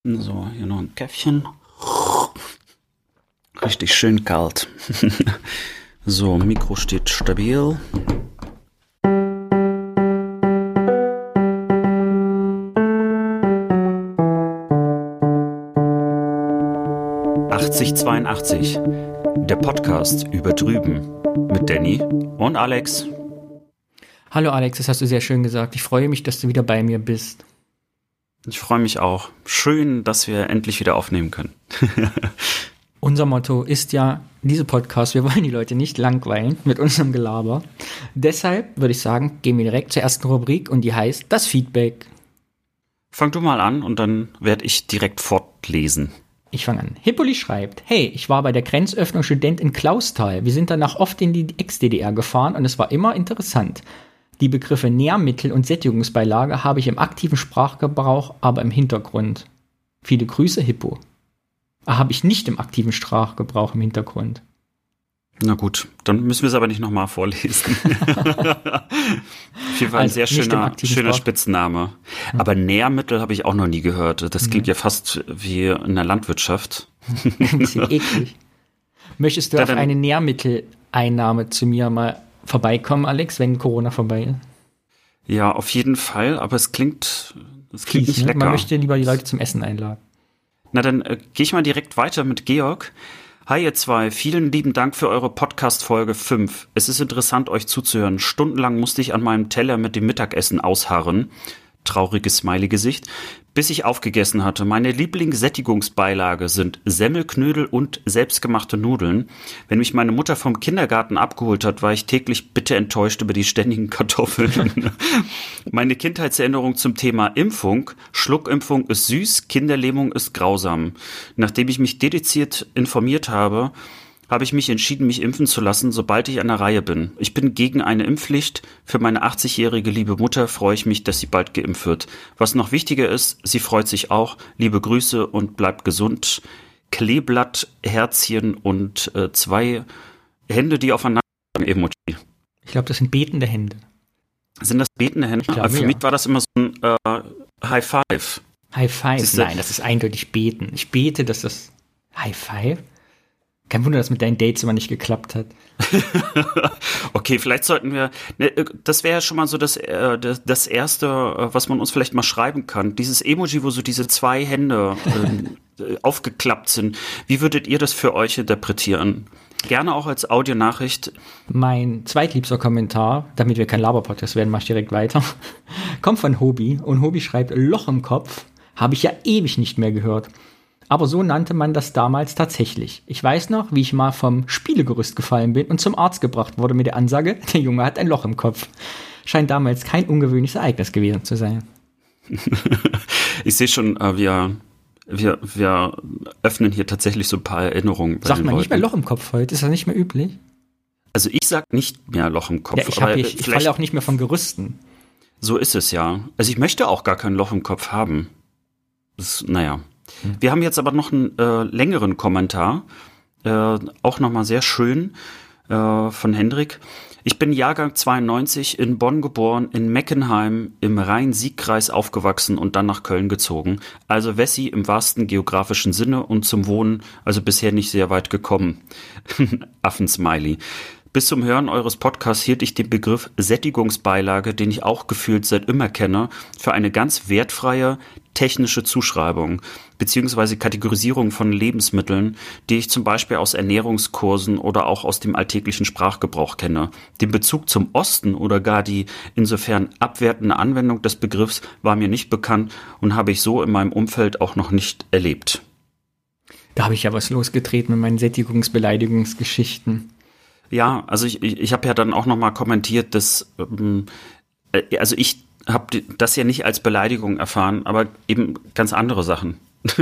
So, hier noch ein Käffchen. Richtig schön kalt. So, Mikro steht stabil. »8082«, der Podcast über drüben mit Danny und Alex. Hallo Alex, das hast du sehr schön gesagt. Ich freue mich, dass du wieder bei mir bist. Ich freue mich auch. Schön, dass wir endlich wieder aufnehmen können. Unser Motto ist ja, diese Podcast, wir wollen die Leute nicht langweilen mit unserem Gelaber. Deshalb würde ich sagen, gehen wir direkt zur ersten Rubrik und die heißt das Feedback. Fang du mal an und dann werde ich direkt fortlesen. Ich fange an. Hippoli schreibt, hey, ich war bei der Grenzöffnung Student in Clausthal. Wir sind danach oft in die Ex-DDR gefahren und es war immer interessant. Die Begriffe Nährmittel und Sättigungsbeilage habe ich im aktiven Sprachgebrauch, aber im Hintergrund. Viele Grüße, Hippo. Habe ich nicht im aktiven Sprachgebrauch im Hintergrund. Na gut, dann müssen wir es aber nicht nochmal vorlesen. Auf jeden Fall ein sehr schöner Spitzname. Aber Nährmittel habe ich auch noch nie gehört. Das klingt ja fast wie in der Landwirtschaft. Ein bisschen eklig. Möchtest du auf eine Nährmitteleinnahme zu mir mal vorbeikommen, Alex, wenn Corona vorbei ist? Ja, auf jeden Fall, aber es klingt nicht lecker. Man möchte lieber die Leute zum Essen einladen. Na, dann gehe ich mal direkt weiter mit Georg. Hi ihr zwei, vielen lieben Dank für eure Podcast-Folge 5. Es ist interessant, euch zuzuhören. Stundenlang musste ich an meinem Teller mit dem Mittagessen ausharren. Trauriges Smiley-Gesicht. Bis ich aufgegessen hatte. Meine Lieblingssättigungsbeilage sind Semmelknödel und selbstgemachte Nudeln. Wenn mich meine Mutter vom Kindergarten abgeholt hat, war ich täglich bitter enttäuscht über die ständigen Kartoffeln. Meine Kindheitserinnerung zum Thema Impfung. Schluckimpfung ist süß, Kinderlähmung ist grausam. Nachdem ich mich dediziert informiert habe, habe ich mich entschieden, mich impfen zu lassen, sobald ich an der Reihe bin. Ich bin gegen eine Impfpflicht. Für meine 80-jährige liebe Mutter freue ich mich, dass sie bald geimpft wird. Was noch wichtiger ist, sie freut sich auch. Liebe Grüße und bleibt gesund. Kleeblatt, Herzchen und 2 Hände, die aufeinander Emoji. Ich glaube, das sind betende Hände. Sind das betende Hände? Glaube, für mich war das immer so ein High Five. High Five? Nein, das ist eindeutig beten. Ich bete, dass das High Five? Kein Wunder, dass mit deinen Dates immer nicht geklappt hat. Okay, vielleicht sollten wir, das wäre ja schon mal so das Erste, was man uns vielleicht mal schreiben kann. Dieses Emoji, wo so diese 2 Hände aufgeklappt sind. Wie würdet ihr das für euch interpretieren? Gerne auch als Audionachricht. Mein zweitliebster Kommentar, damit wir kein Laber-Podcast werden, mach ich direkt weiter, kommt von Hobi. Und Hobi schreibt, Loch im Kopf, habe ich ja ewig nicht mehr gehört. Aber so nannte man das damals tatsächlich. Ich weiß noch, wie ich mal vom Spielegerüst gefallen bin und zum Arzt gebracht wurde mit der Ansage, der Junge hat ein Loch im Kopf. Scheint damals kein ungewöhnliches Ereignis gewesen zu sein. Ich sehe schon, wir öffnen hier tatsächlich so ein paar Erinnerungen. Sagt man nicht mehr Loch im Kopf heute? Ist das nicht mehr üblich? Also ich sag nicht mehr Loch im Kopf. Ja, ich falle auch nicht mehr von Gerüsten. So ist es ja. Also ich möchte auch gar kein Loch im Kopf haben. Naja. Wir haben jetzt aber noch einen längeren Kommentar, auch nochmal sehr schön, von Hendrik. Ich bin Jahrgang 92, in Bonn geboren, in Meckenheim im Rhein-Sieg-Kreis aufgewachsen und dann nach Köln gezogen. Also Wessi im wahrsten geografischen Sinne und zum Wohnen, also bisher nicht sehr weit gekommen. Affensmiley. Bis zum Hören eures Podcasts hielt ich den Begriff Sättigungsbeilage, den ich auch gefühlt seit immer kenne, für eine ganz wertfreie technische Zuschreibung bzw. Kategorisierung von Lebensmitteln, die ich zum Beispiel aus Ernährungskursen oder auch aus dem alltäglichen Sprachgebrauch kenne. Den Bezug zum Osten oder gar die insofern abwertende Anwendung des Begriffs war mir nicht bekannt und habe ich so in meinem Umfeld auch noch nicht erlebt. Da habe ich ja was losgetreten mit meinen Sättigungsbeleidigungsgeschichten. Ja, also ich habe ja dann auch nochmal kommentiert, dass, also ich habe das ja nicht als Beleidigung erfahren, aber eben ganz andere Sachen.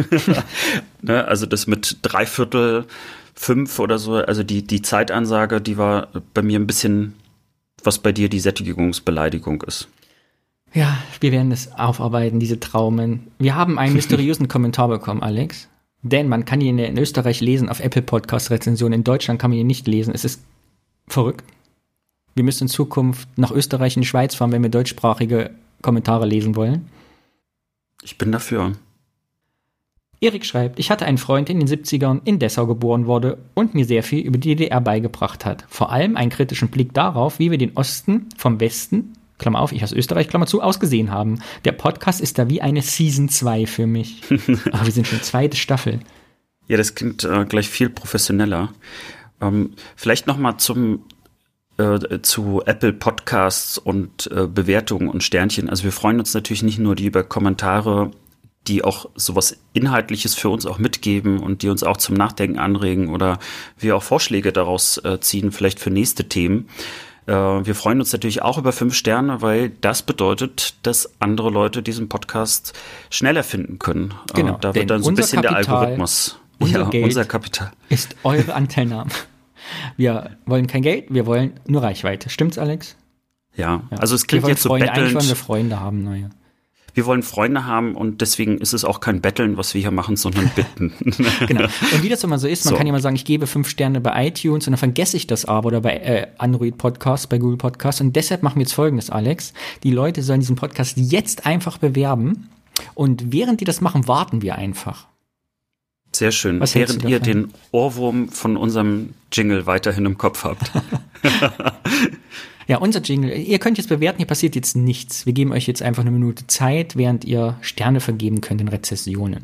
Ne, also das mit 3/4, 5 oder so, also die Zeitansage, die war bei mir ein bisschen, was bei dir die Sättigungsbeleidigung ist. Ja, wir werden es aufarbeiten, diese Traumen. Wir haben einen mysteriösen Kommentar bekommen, Alex. Denn man kann ihn in Österreich lesen, auf Apple Podcast Rezension. In Deutschland kann man ihn nicht lesen. Es ist verrückt. Wir müssen in Zukunft nach Österreich und die Schweiz fahren, wenn wir deutschsprachige Kommentare lesen wollen. Ich bin dafür. Erik schreibt, ich hatte einen Freund in den 70ern in Dessau geboren wurde und mir sehr viel über die DDR beigebracht hat. Vor allem einen kritischen Blick darauf, wie wir den Osten vom Westen, Klammer auf, ich aus Österreich, Klammer zu, ausgesehen haben. Der Podcast ist da wie eine Season 2 für mich. Aber wir sind schon zweite Staffel. Ja, das klingt gleich viel professioneller. Vielleicht noch mal zu Apple Podcasts und Bewertungen und Sternchen. Also wir freuen uns natürlich nicht nur über Kommentare, die auch sowas Inhaltliches für uns auch mitgeben und die uns auch zum Nachdenken anregen oder wir auch Vorschläge daraus ziehen, vielleicht für nächste Themen. Wir freuen uns natürlich auch über 5 Sterne, weil das bedeutet, dass andere Leute diesen Podcast schneller finden können. Genau, da wird dann so ein bisschen Kapital, der Algorithmus. Unser Kapital ist eure Anteilnahme. Wir wollen kein Geld, wir wollen nur Reichweite. Stimmt's, Alex? Ja, also es klingt jetzt so bettelnd. Eigentlich wollen wir Freunde haben, naja. Wir wollen Freunde haben und deswegen ist es auch kein Betteln, was wir hier machen, sondern Bitten. Genau. Und wie das immer so ist, man kann ja mal sagen, ich gebe 5 Sterne bei iTunes und dann vergesse ich das aber oder bei Android Podcasts, bei Google Podcasts und deshalb machen wir jetzt Folgendes, Alex. Die Leute sollen diesen Podcast jetzt einfach bewerben und während die das machen, warten wir einfach. Sehr schön. Während ihr den Ohrwurm von unserem Jingle weiterhin im Kopf habt. Ja, unser Jingle. Ihr könnt jetzt bewerten, hier passiert jetzt nichts. Wir geben euch jetzt einfach eine Minute Zeit, während ihr Sterne vergeben könnt in Rezensionen.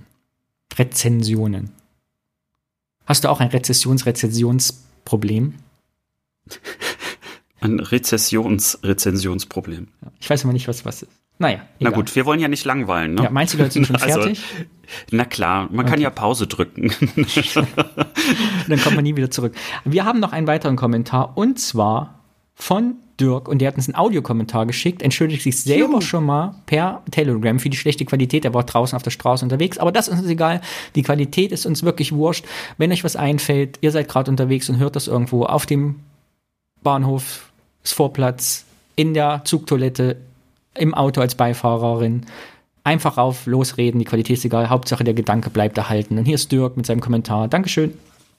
Hast du auch ein Rezensionsproblem? Ein Rezensionsproblem. Ich weiß aber nicht, was ist. Naja, egal. Na gut, wir wollen ja nicht langweilen, ne? Ja, meinst du, die Leute sind schon fertig? Also, na klar, man kann ja Pause drücken. Dann kommt man nie wieder zurück. Wir haben noch einen weiteren Kommentar und zwar von Dirk und der hat uns einen Audiokommentar geschickt, entschuldigt sich selber schon mal per Telegram für die schlechte Qualität, er war draußen auf der Straße unterwegs, aber das ist uns egal, die Qualität ist uns wirklich wurscht, wenn euch was einfällt, ihr seid gerade unterwegs und hört das irgendwo auf dem Bahnhof, Vorplatz, in der Zugtoilette, im Auto als Beifahrerin, einfach rauf, losreden, die Qualität ist egal, Hauptsache der Gedanke bleibt erhalten und hier ist Dirk mit seinem Kommentar, Dankeschön.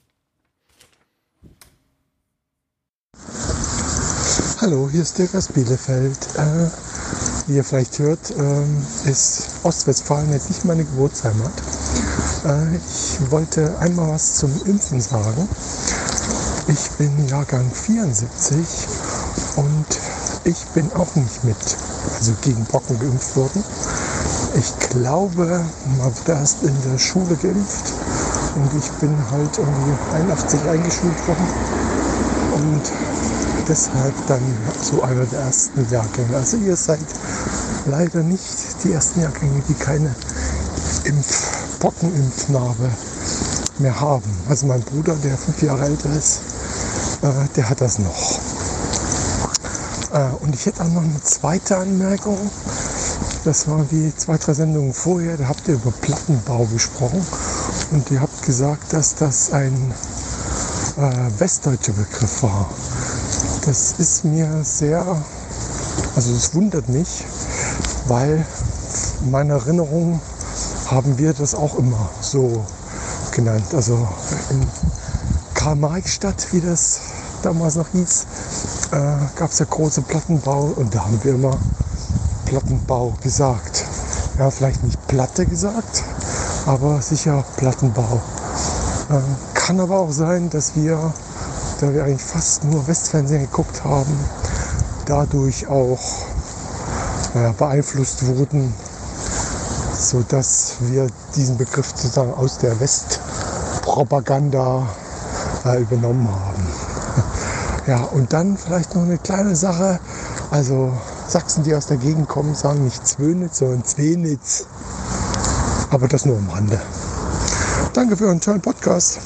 Hallo, hier ist Dirk aus Bielefeld. Wie ihr vielleicht hört, ist Ostwestfalen jetzt nicht meine Geburtsheimat. Ich wollte einmal was zum Impfen sagen. Ich bin Jahrgang 74 und ich bin auch nicht gegen Pocken geimpft worden. Ich glaube, man wird erst in der Schule geimpft und ich bin halt irgendwie 81 eingeschult worden und deshalb dann so einer der ersten Jahrgänge. Also ihr seid leider nicht die ersten Jahrgänge, die keine Pockenimpfnarbe mehr haben. Also mein Bruder, der 5 Jahre älter ist, der hat das noch. Und ich hätte auch noch eine zweite Anmerkung. Das war wie 2, 3 Sendungen vorher, da habt ihr über Plattenbau gesprochen und ihr habt gesagt, dass das ein westdeutscher Begriff war. Das ist mir es wundert mich, weil in meiner Erinnerung haben wir das auch immer so genannt. Also in Karl-Marx-Stadt, wie das damals noch hieß, gab es ja große Plattenbau und da haben wir immer Plattenbau gesagt. Ja, vielleicht nicht Platte gesagt, aber sicher Plattenbau. Kann aber auch sein, dass wir, da wir eigentlich fast nur Westfernsehen geguckt haben, dadurch auch beeinflusst wurden, sodass wir diesen Begriff sozusagen aus der Westpropaganda übernommen haben. Ja, und dann vielleicht noch eine kleine Sache. Also Sachsen, die aus der Gegend kommen, sagen nicht Zwönitz, sondern Zwenitz. Aber das nur am Rande. Danke für euren tollen Podcast.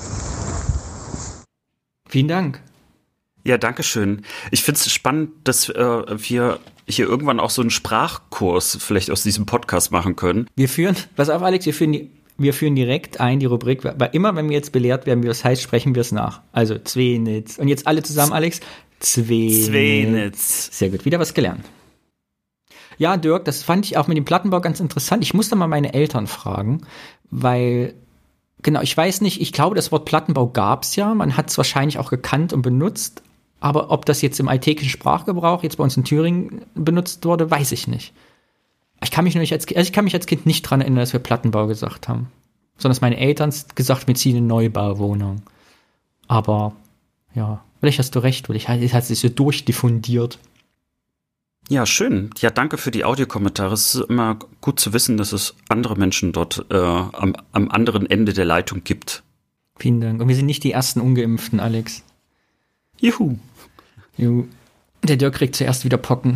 Vielen Dank. Ja, danke schön. Ich finde es spannend, dass wir hier irgendwann auch so einen Sprachkurs vielleicht aus diesem Podcast machen können. Pass auf Alex, wir führen direkt die Rubrik, weil immer, wenn wir jetzt belehrt werden, wie das heißt, sprechen wir es nach. Also Zwenitz. Und jetzt alle zusammen, Alex. Zwenitz. Sehr gut, wieder was gelernt. Ja, Dirk, das fand ich auch mit dem Plattenbau ganz interessant. Ich musste mal meine Eltern fragen, weil, genau, ich weiß nicht, ich glaube, das Wort Plattenbau gab es ja. Man hat es wahrscheinlich auch gekannt und benutzt. Aber ob das jetzt im alltäglichen Sprachgebrauch jetzt bei uns in Thüringen benutzt wurde, weiß ich nicht. Ich kann mich als Kind nicht dran erinnern, dass wir Plattenbau gesagt haben. sondern dass meine Eltern gesagt, wir ziehen in eine Neubauwohnung. Aber ja, vielleicht hast du recht, weil es hat sich so durchdiffundiert. Ja, schön. Ja, danke für die Audiokommentare. Es ist immer gut zu wissen, dass es andere Menschen dort am anderen Ende der Leitung gibt. Vielen Dank. Und wir sind nicht die ersten Ungeimpften, Alex. Juhu. Juhu. Der Dirk kriegt zuerst wieder Pocken.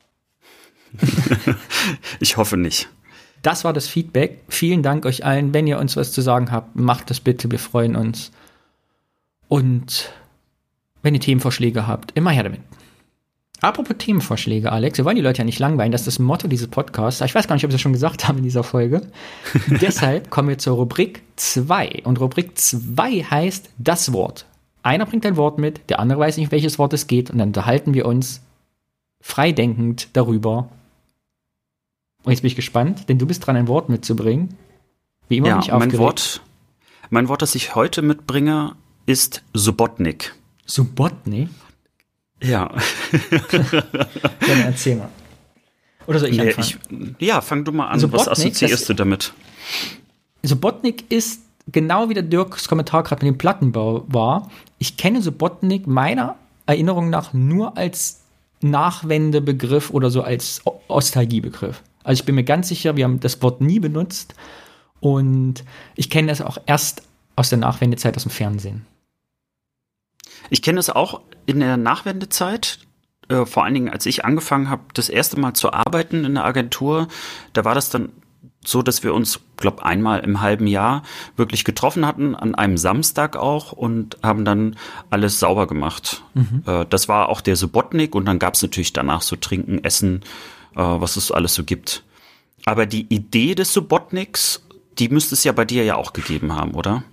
Ich hoffe nicht. Das war das Feedback. Vielen Dank euch allen. Wenn ihr uns was zu sagen habt, macht das bitte. Wir freuen uns. Und wenn ihr Themenvorschläge habt, immer her damit. Apropos Themenvorschläge, Alex, wir wollen die Leute ja nicht langweilen. Das ist das Motto dieses Podcasts. Ich weiß gar nicht, ob ich das schon gesagt habe in dieser Folge. Deshalb kommen wir zur Rubrik 2. Und Rubrik 2 heißt das Wort. Einer bringt ein Wort mit, der andere weiß nicht, welches Wort es geht. Und dann unterhalten wir uns freidenkend darüber. Und jetzt bin ich gespannt, denn du bist dran, ein Wort mitzubringen. Wie immer bin ich aufgeregt. Mein Wort, das ich heute mitbringe, ist Subotnik. Subotnik? Ja. Dann erzähl mal. Oder soll ich anfangen? Fang du mal an. Subotnik, was assoziierst du damit? Subotnik ist genau wie der Dirks Kommentar gerade mit dem Plattenbau war. Ich kenne Subotnik meiner Erinnerung nach nur als Nachwendebegriff oder so als Nostalgiebegriff. Also ich bin mir ganz sicher, wir haben das Wort nie benutzt und ich kenne es auch erst aus der Nachwendezeit aus dem Fernsehen. Ich kenne es auch in der Nachwendezeit, vor allen Dingen, als ich angefangen habe, das erste Mal zu arbeiten in der Agentur, da war das dann so, dass wir uns, glaube einmal im halben Jahr wirklich getroffen hatten, an einem Samstag auch und haben dann alles sauber gemacht. Das war auch der Subotnik und dann gab es natürlich danach so Trinken, Essen, was es alles so gibt. Aber die Idee des Subotniks, die müsste es ja bei dir ja auch gegeben haben, oder?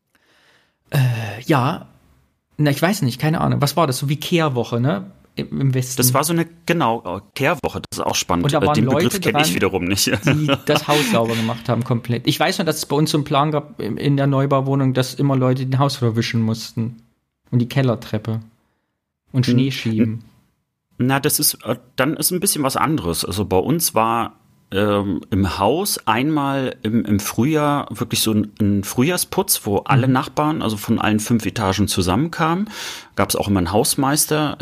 Ja, na, ich weiß nicht, keine Ahnung. Was war das? So wie Kehrwoche, ne? Im Westen. Das war so eine, genau, Kehrwoche, das ist auch spannend. Und da waren Den Leute Begriff kenne ich wiederum nicht. Die das Haus sauber gemacht haben, komplett. Ich weiß nur, dass es bei uns so einen Plan gab in der Neubauwohnung, dass immer Leute den Haus verwischen mussten. Und die Kellertreppe. Und Schnee schieben. Na, dann ist ein bisschen was anderes. Also bei uns war im Haus einmal im Frühjahr wirklich so ein Frühjahrsputz, wo alle Nachbarn, also von allen 5 Etagen zusammenkamen. Gab es auch immer einen Hausmeister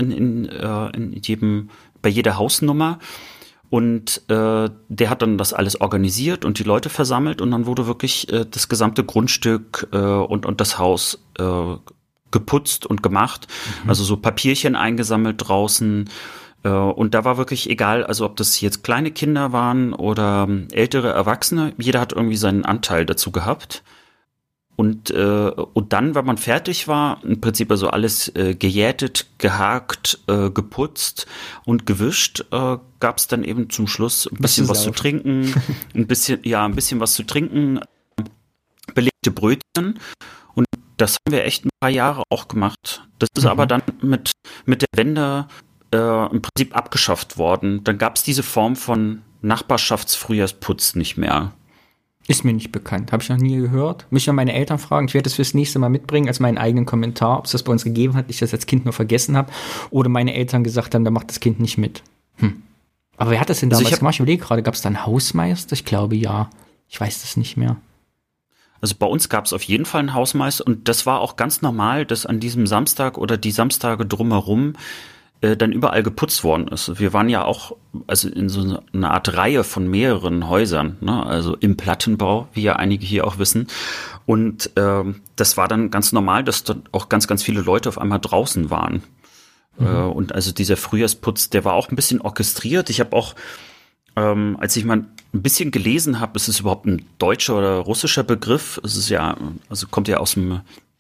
bei jeder Hausnummer. Und der hat dann das alles organisiert und die Leute versammelt und dann wurde wirklich das gesamte Grundstück und das Haus geputzt und gemacht. Also so Papierchen eingesammelt draußen. Und da war wirklich egal, also ob das jetzt kleine Kinder waren oder ältere Erwachsene, jeder hat irgendwie seinen Anteil dazu gehabt. Und dann, wenn man fertig war, im Prinzip also alles gejätet, gehakt, geputzt und gewischt, gab es dann eben zum Schluss ein bisschen was zu trinken, ein bisschen was zu trinken, belegte Brötchen. Und das haben wir echt ein paar Jahre auch gemacht. Das ist aber dann mit der Wende im Prinzip abgeschafft worden. Dann gab es diese Form von Nachbarschaftsfrühjahrsputz nicht mehr. Ist mir nicht bekannt. Habe ich noch nie gehört. Muss ich mal meine Eltern fragen. Ich werde das fürs nächste Mal mitbringen als meinen eigenen Kommentar, ob es das bei uns gegeben hat, ich das als Kind nur vergessen habe oder meine Eltern gesagt haben, da macht das Kind nicht mit. Aber wer hat das denn damals gemacht? Ich überlege gerade, gab es da einen Hausmeister? Ich glaube, ja. Ich weiß das nicht mehr. Also bei uns gab es auf jeden Fall einen Hausmeister und das war auch ganz normal, dass an diesem Samstag oder die Samstage drumherum dann überall geputzt worden ist. Wir waren ja auch also in so einer Art Reihe von mehreren Häusern, ne? Also im Plattenbau, wie ja einige hier auch wissen. Und das war dann ganz normal, dass dort auch ganz, ganz viele Leute auf einmal draußen waren. Und also dieser Frühjahrsputz, der war auch ein bisschen orchestriert. Ich habe auch, als ich mal ein bisschen gelesen habe, ist es überhaupt ein deutscher oder russischer Begriff? Es ist ja, also kommt ja aus dem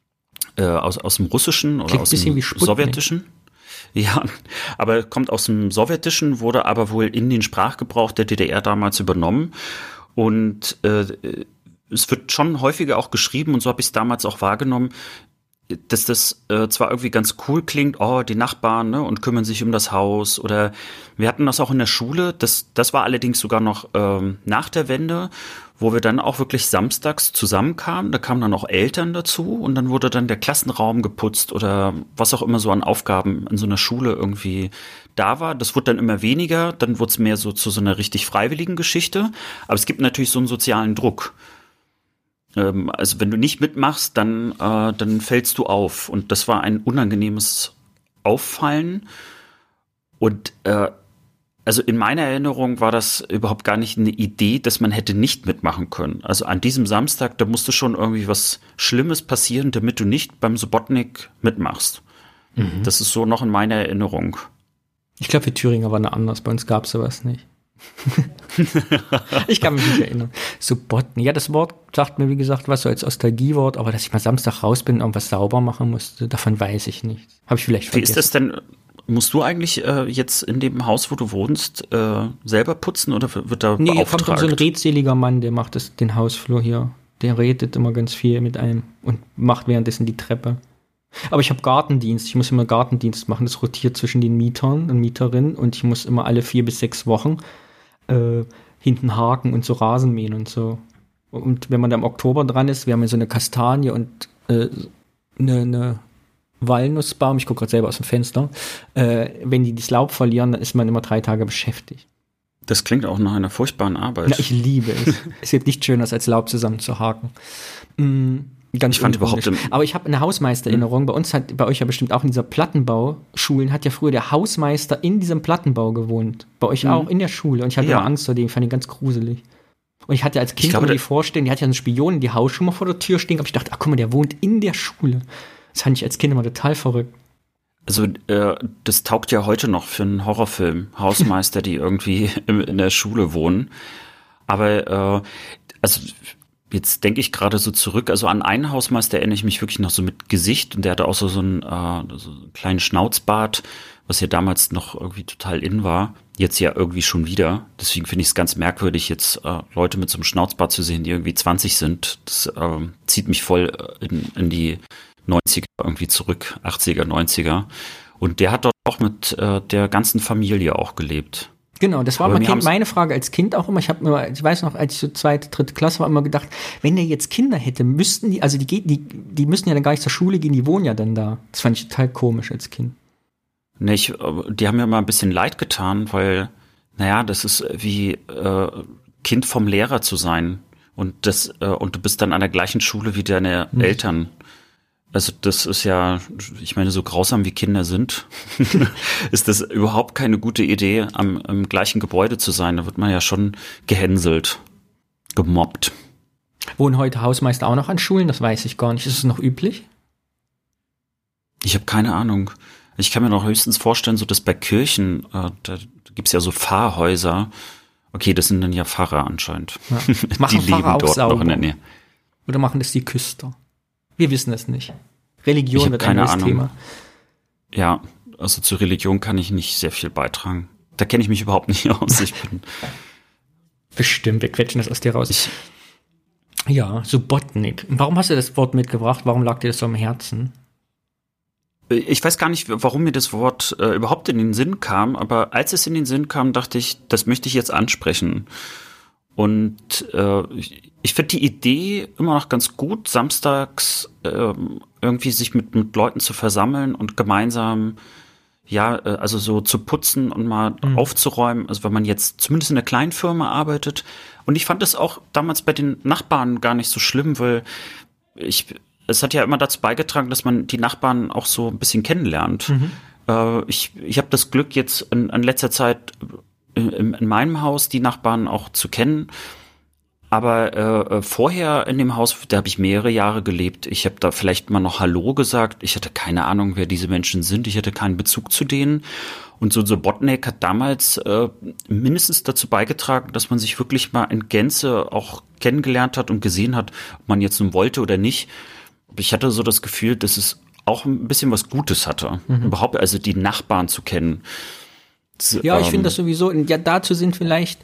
Russischen oder aus dem Sowjetischen. Ja, aber kommt aus dem Sowjetischen, wurde aber wohl in den Sprachgebrauch der DDR damals übernommen. Und es wird schon häufiger auch geschrieben, und so habe ich es damals auch wahrgenommen, dass das zwar irgendwie ganz cool klingt, oh, die Nachbarn, ne, und kümmern sich um das Haus. Oder wir hatten das auch in der Schule, das war allerdings sogar noch nach der Wende, wo wir dann auch wirklich samstags zusammenkamen. Da kamen dann auch Eltern dazu und dann wurde dann der Klassenraum geputzt oder was auch immer so an Aufgaben in so einer Schule irgendwie da war. Das wurde dann immer weniger, dann wurde es mehr so zu so einer richtig freiwilligen Geschichte. Aber es gibt natürlich so einen sozialen Druck. also wenn du nicht mitmachst, dann fällst du auf. Und das war ein unangenehmes Auffallen. Und also in meiner Erinnerung war das überhaupt gar nicht eine Idee, dass man hätte nicht mitmachen können. Also an diesem Samstag, da musste schon irgendwie was Schlimmes passieren, damit du nicht beim Subotnik mitmachst. Mhm. Das ist so noch in meiner Erinnerung. Ich glaube, für Thüringer war da anders. Bei uns gab es sowas nicht. Ich kann mich nicht erinnern. Subotnik. Ja, das Wort sagt mir, wie gesagt, was so als Nostalgiewort, aber dass ich mal Samstag raus bin und irgendwas sauber machen musste, davon weiß ich nichts. Habe ich vielleicht vergessen. Wie ist das denn? Musst du eigentlich jetzt in dem Haus, wo du wohnst, selber putzen oder wird da beauftragt? Nee, kommt dann so ein redseliger Mann, der macht den Hausflur hier. Der redet immer ganz viel mit einem und macht währenddessen die Treppe. Aber ich habe Gartendienst. Ich muss immer Gartendienst machen. Das rotiert zwischen den Mietern und Mieterinnen und ich muss immer alle 4 bis 6 Wochen hinten haken und so Rasen mähen und so. Und wenn man da im Oktober dran ist, wir haben ja so eine Kastanie und eine Walnussbaum, ich gucke gerade selber aus dem Fenster, wenn die das Laub verlieren, dann ist man immer 3 Tage beschäftigt. Das klingt auch nach einer furchtbaren Arbeit. Ja, ich liebe es. Es gibt nichts Schöneres, als Laub zusammenzuhaken. Ganz ich fand überhaupt aber ich habe eine Hausmeistererinnerung. Bei uns bei euch ja bestimmt auch in dieser Plattenbauschulen, hat ja früher der Hausmeister in diesem Plattenbau gewohnt. Bei euch auch in der Schule. Und ich hatte immer Angst vor dem, ich fand ihn ganz gruselig. Und ich hatte als Kind immer die Vorstellung, die hat ja einen Spion in die Hausschuhe vor der Tür stehen, aber ich dachte, ach guck mal, der wohnt in der Schule. Das fand ich als Kind immer total verrückt. Also das taugt ja heute noch für einen Horrorfilm. Hausmeister, die irgendwie in der Schule wohnen. Aber also jetzt denke ich gerade so zurück, also an einen Hausmeister erinnere ich mich wirklich noch so mit Gesicht und der hatte auch so einen kleinen Schnauzbart, was ja damals noch irgendwie total in war, jetzt ja irgendwie schon wieder. Deswegen finde ich es ganz merkwürdig, jetzt Leute mit so einem Schnauzbart zu sehen, die irgendwie 20 sind. Das zieht mich voll in die 90er irgendwie zurück, 80er, 90er. Und der hat dort auch mit der ganzen Familie auch gelebt. Genau, das war meine Frage als Kind auch immer. Ich weiß noch, als ich so 2., 3. Klasse war, immer gedacht, wenn der jetzt Kinder hätte, müssten die, also die müssten ja dann gar nicht zur Schule gehen, die wohnen ja dann da. Das fand ich total komisch als Kind. Nee, die haben mir mal ein bisschen leid getan, weil, naja, das ist wie Kind vom Lehrer zu sein. Und du bist dann an der gleichen Schule wie deine Eltern. Also das ist ja, ich meine, so grausam wie Kinder sind, ist das überhaupt keine gute Idee, im gleichen Gebäude zu sein. Da wird man ja schon gehänselt, gemobbt. Wohnen heute Hausmeister auch noch an Schulen? Das weiß ich gar nicht. Ist es noch üblich? Ich habe keine Ahnung. Ich kann mir noch höchstens vorstellen, so dass bei Kirchen, da gibt's ja so Pfarrhäuser. Okay, das sind dann ja Pfarrer anscheinend. Ja. Machen die Pfarrer leben auch dort sauber? noch in der Nähe. Oder machen das die Küster? Wir wissen es nicht. Religion wird keine ein neues Ahnung. Thema. Ja, also zur Religion kann ich nicht sehr viel beitragen. Da kenne ich mich überhaupt nicht aus. Bestimmt, wir quetschen das aus dir raus. Ja, Subotnik. Warum hast du das Wort mitgebracht? Warum lag dir das so am Herzen? Ich weiß gar nicht, warum mir das Wort überhaupt in den Sinn kam, aber als es in den Sinn kam, dachte ich, das möchte ich jetzt ansprechen. Und ich finde die Idee immer noch ganz gut, samstags irgendwie sich mit Leuten zu versammeln und gemeinsam, also so zu putzen und mal aufzuräumen. Also wenn man jetzt zumindest in einer kleinen Firma arbeitet. Und ich fand es auch damals bei den Nachbarn gar nicht so schlimm, weil es hat ja immer dazu beigetragen, dass man die Nachbarn auch so ein bisschen kennenlernt. Ich habe das Glück, jetzt in letzter Zeit in meinem Haus die Nachbarn auch zu kennen. Aber vorher in dem Haus, da habe ich mehrere Jahre gelebt. Ich habe da vielleicht mal noch Hallo gesagt. Ich hatte keine Ahnung, wer diese Menschen sind. Ich hatte keinen Bezug zu denen. Und so Subotnik hat damals mindestens dazu beigetragen, dass man sich wirklich mal in Gänze auch kennengelernt hat und gesehen hat, ob man jetzt nun wollte oder nicht. Ich hatte so das Gefühl, dass es auch ein bisschen was Gutes hatte. Überhaupt, also die Nachbarn zu kennen. Ja, ich finde das sowieso, ja, dazu sind vielleicht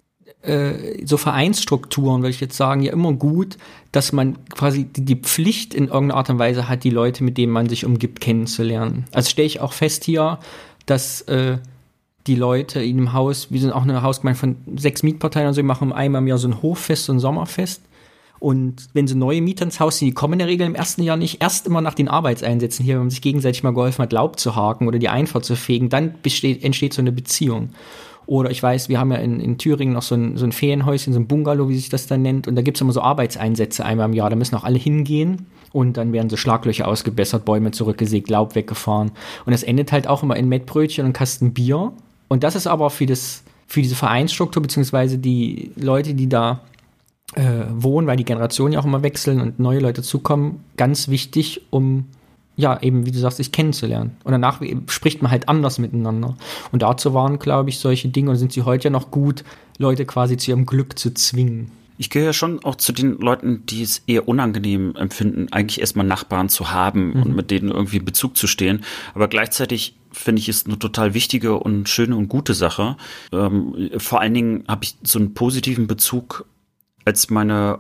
so Vereinsstrukturen, würde ich jetzt sagen, ja immer gut, dass man quasi die Pflicht in irgendeiner Art und Weise hat, die Leute, mit denen man sich umgibt, kennenzulernen. Also stelle ich auch fest hier, dass die Leute in dem Haus, wir sind auch eine Hausgemeinde von 6 Mietparteien und so, wir machen einmal im Jahr so ein Hoffest, so ein Sommerfest. Und wenn so neue Mieter ins Haus sind, die kommen in der Regel im ersten Jahr nicht, erst immer nach den Arbeitseinsätzen hier, wenn man sich gegenseitig mal geholfen hat, Laub zu haken oder die Einfahrt zu fegen, dann entsteht so eine Beziehung. Oder ich weiß, wir haben ja in Thüringen noch so ein Ferienhäuschen, so ein Bungalow, wie sich das dann nennt. Und da gibt es immer so Arbeitseinsätze einmal im Jahr. Da müssen auch alle hingehen. Und dann werden so Schlaglöcher ausgebessert, Bäume zurückgesägt, Laub weggefahren. Und das endet halt auch immer in Mettbrötchen und einem Kasten Bier. Und das ist aber für diese Vereinsstruktur, beziehungsweise die Leute, die da wohnen, weil die Generationen ja auch immer wechseln und neue Leute zukommen, ganz wichtig, um, ja, eben, wie du sagst, sich kennenzulernen. Und danach spricht man halt anders miteinander. Und dazu waren, glaube ich, solche Dinge, und sind sie heute ja noch gut, Leute quasi zu ihrem Glück zu zwingen. Ich gehöre ja schon auch zu den Leuten, die es eher unangenehm empfinden, eigentlich erstmal Nachbarn zu haben und mit denen irgendwie in Bezug zu stehen. Aber gleichzeitig finde ich es eine total wichtige und schöne und gute Sache. Vor allen Dingen habe ich so einen positiven Bezug, als meine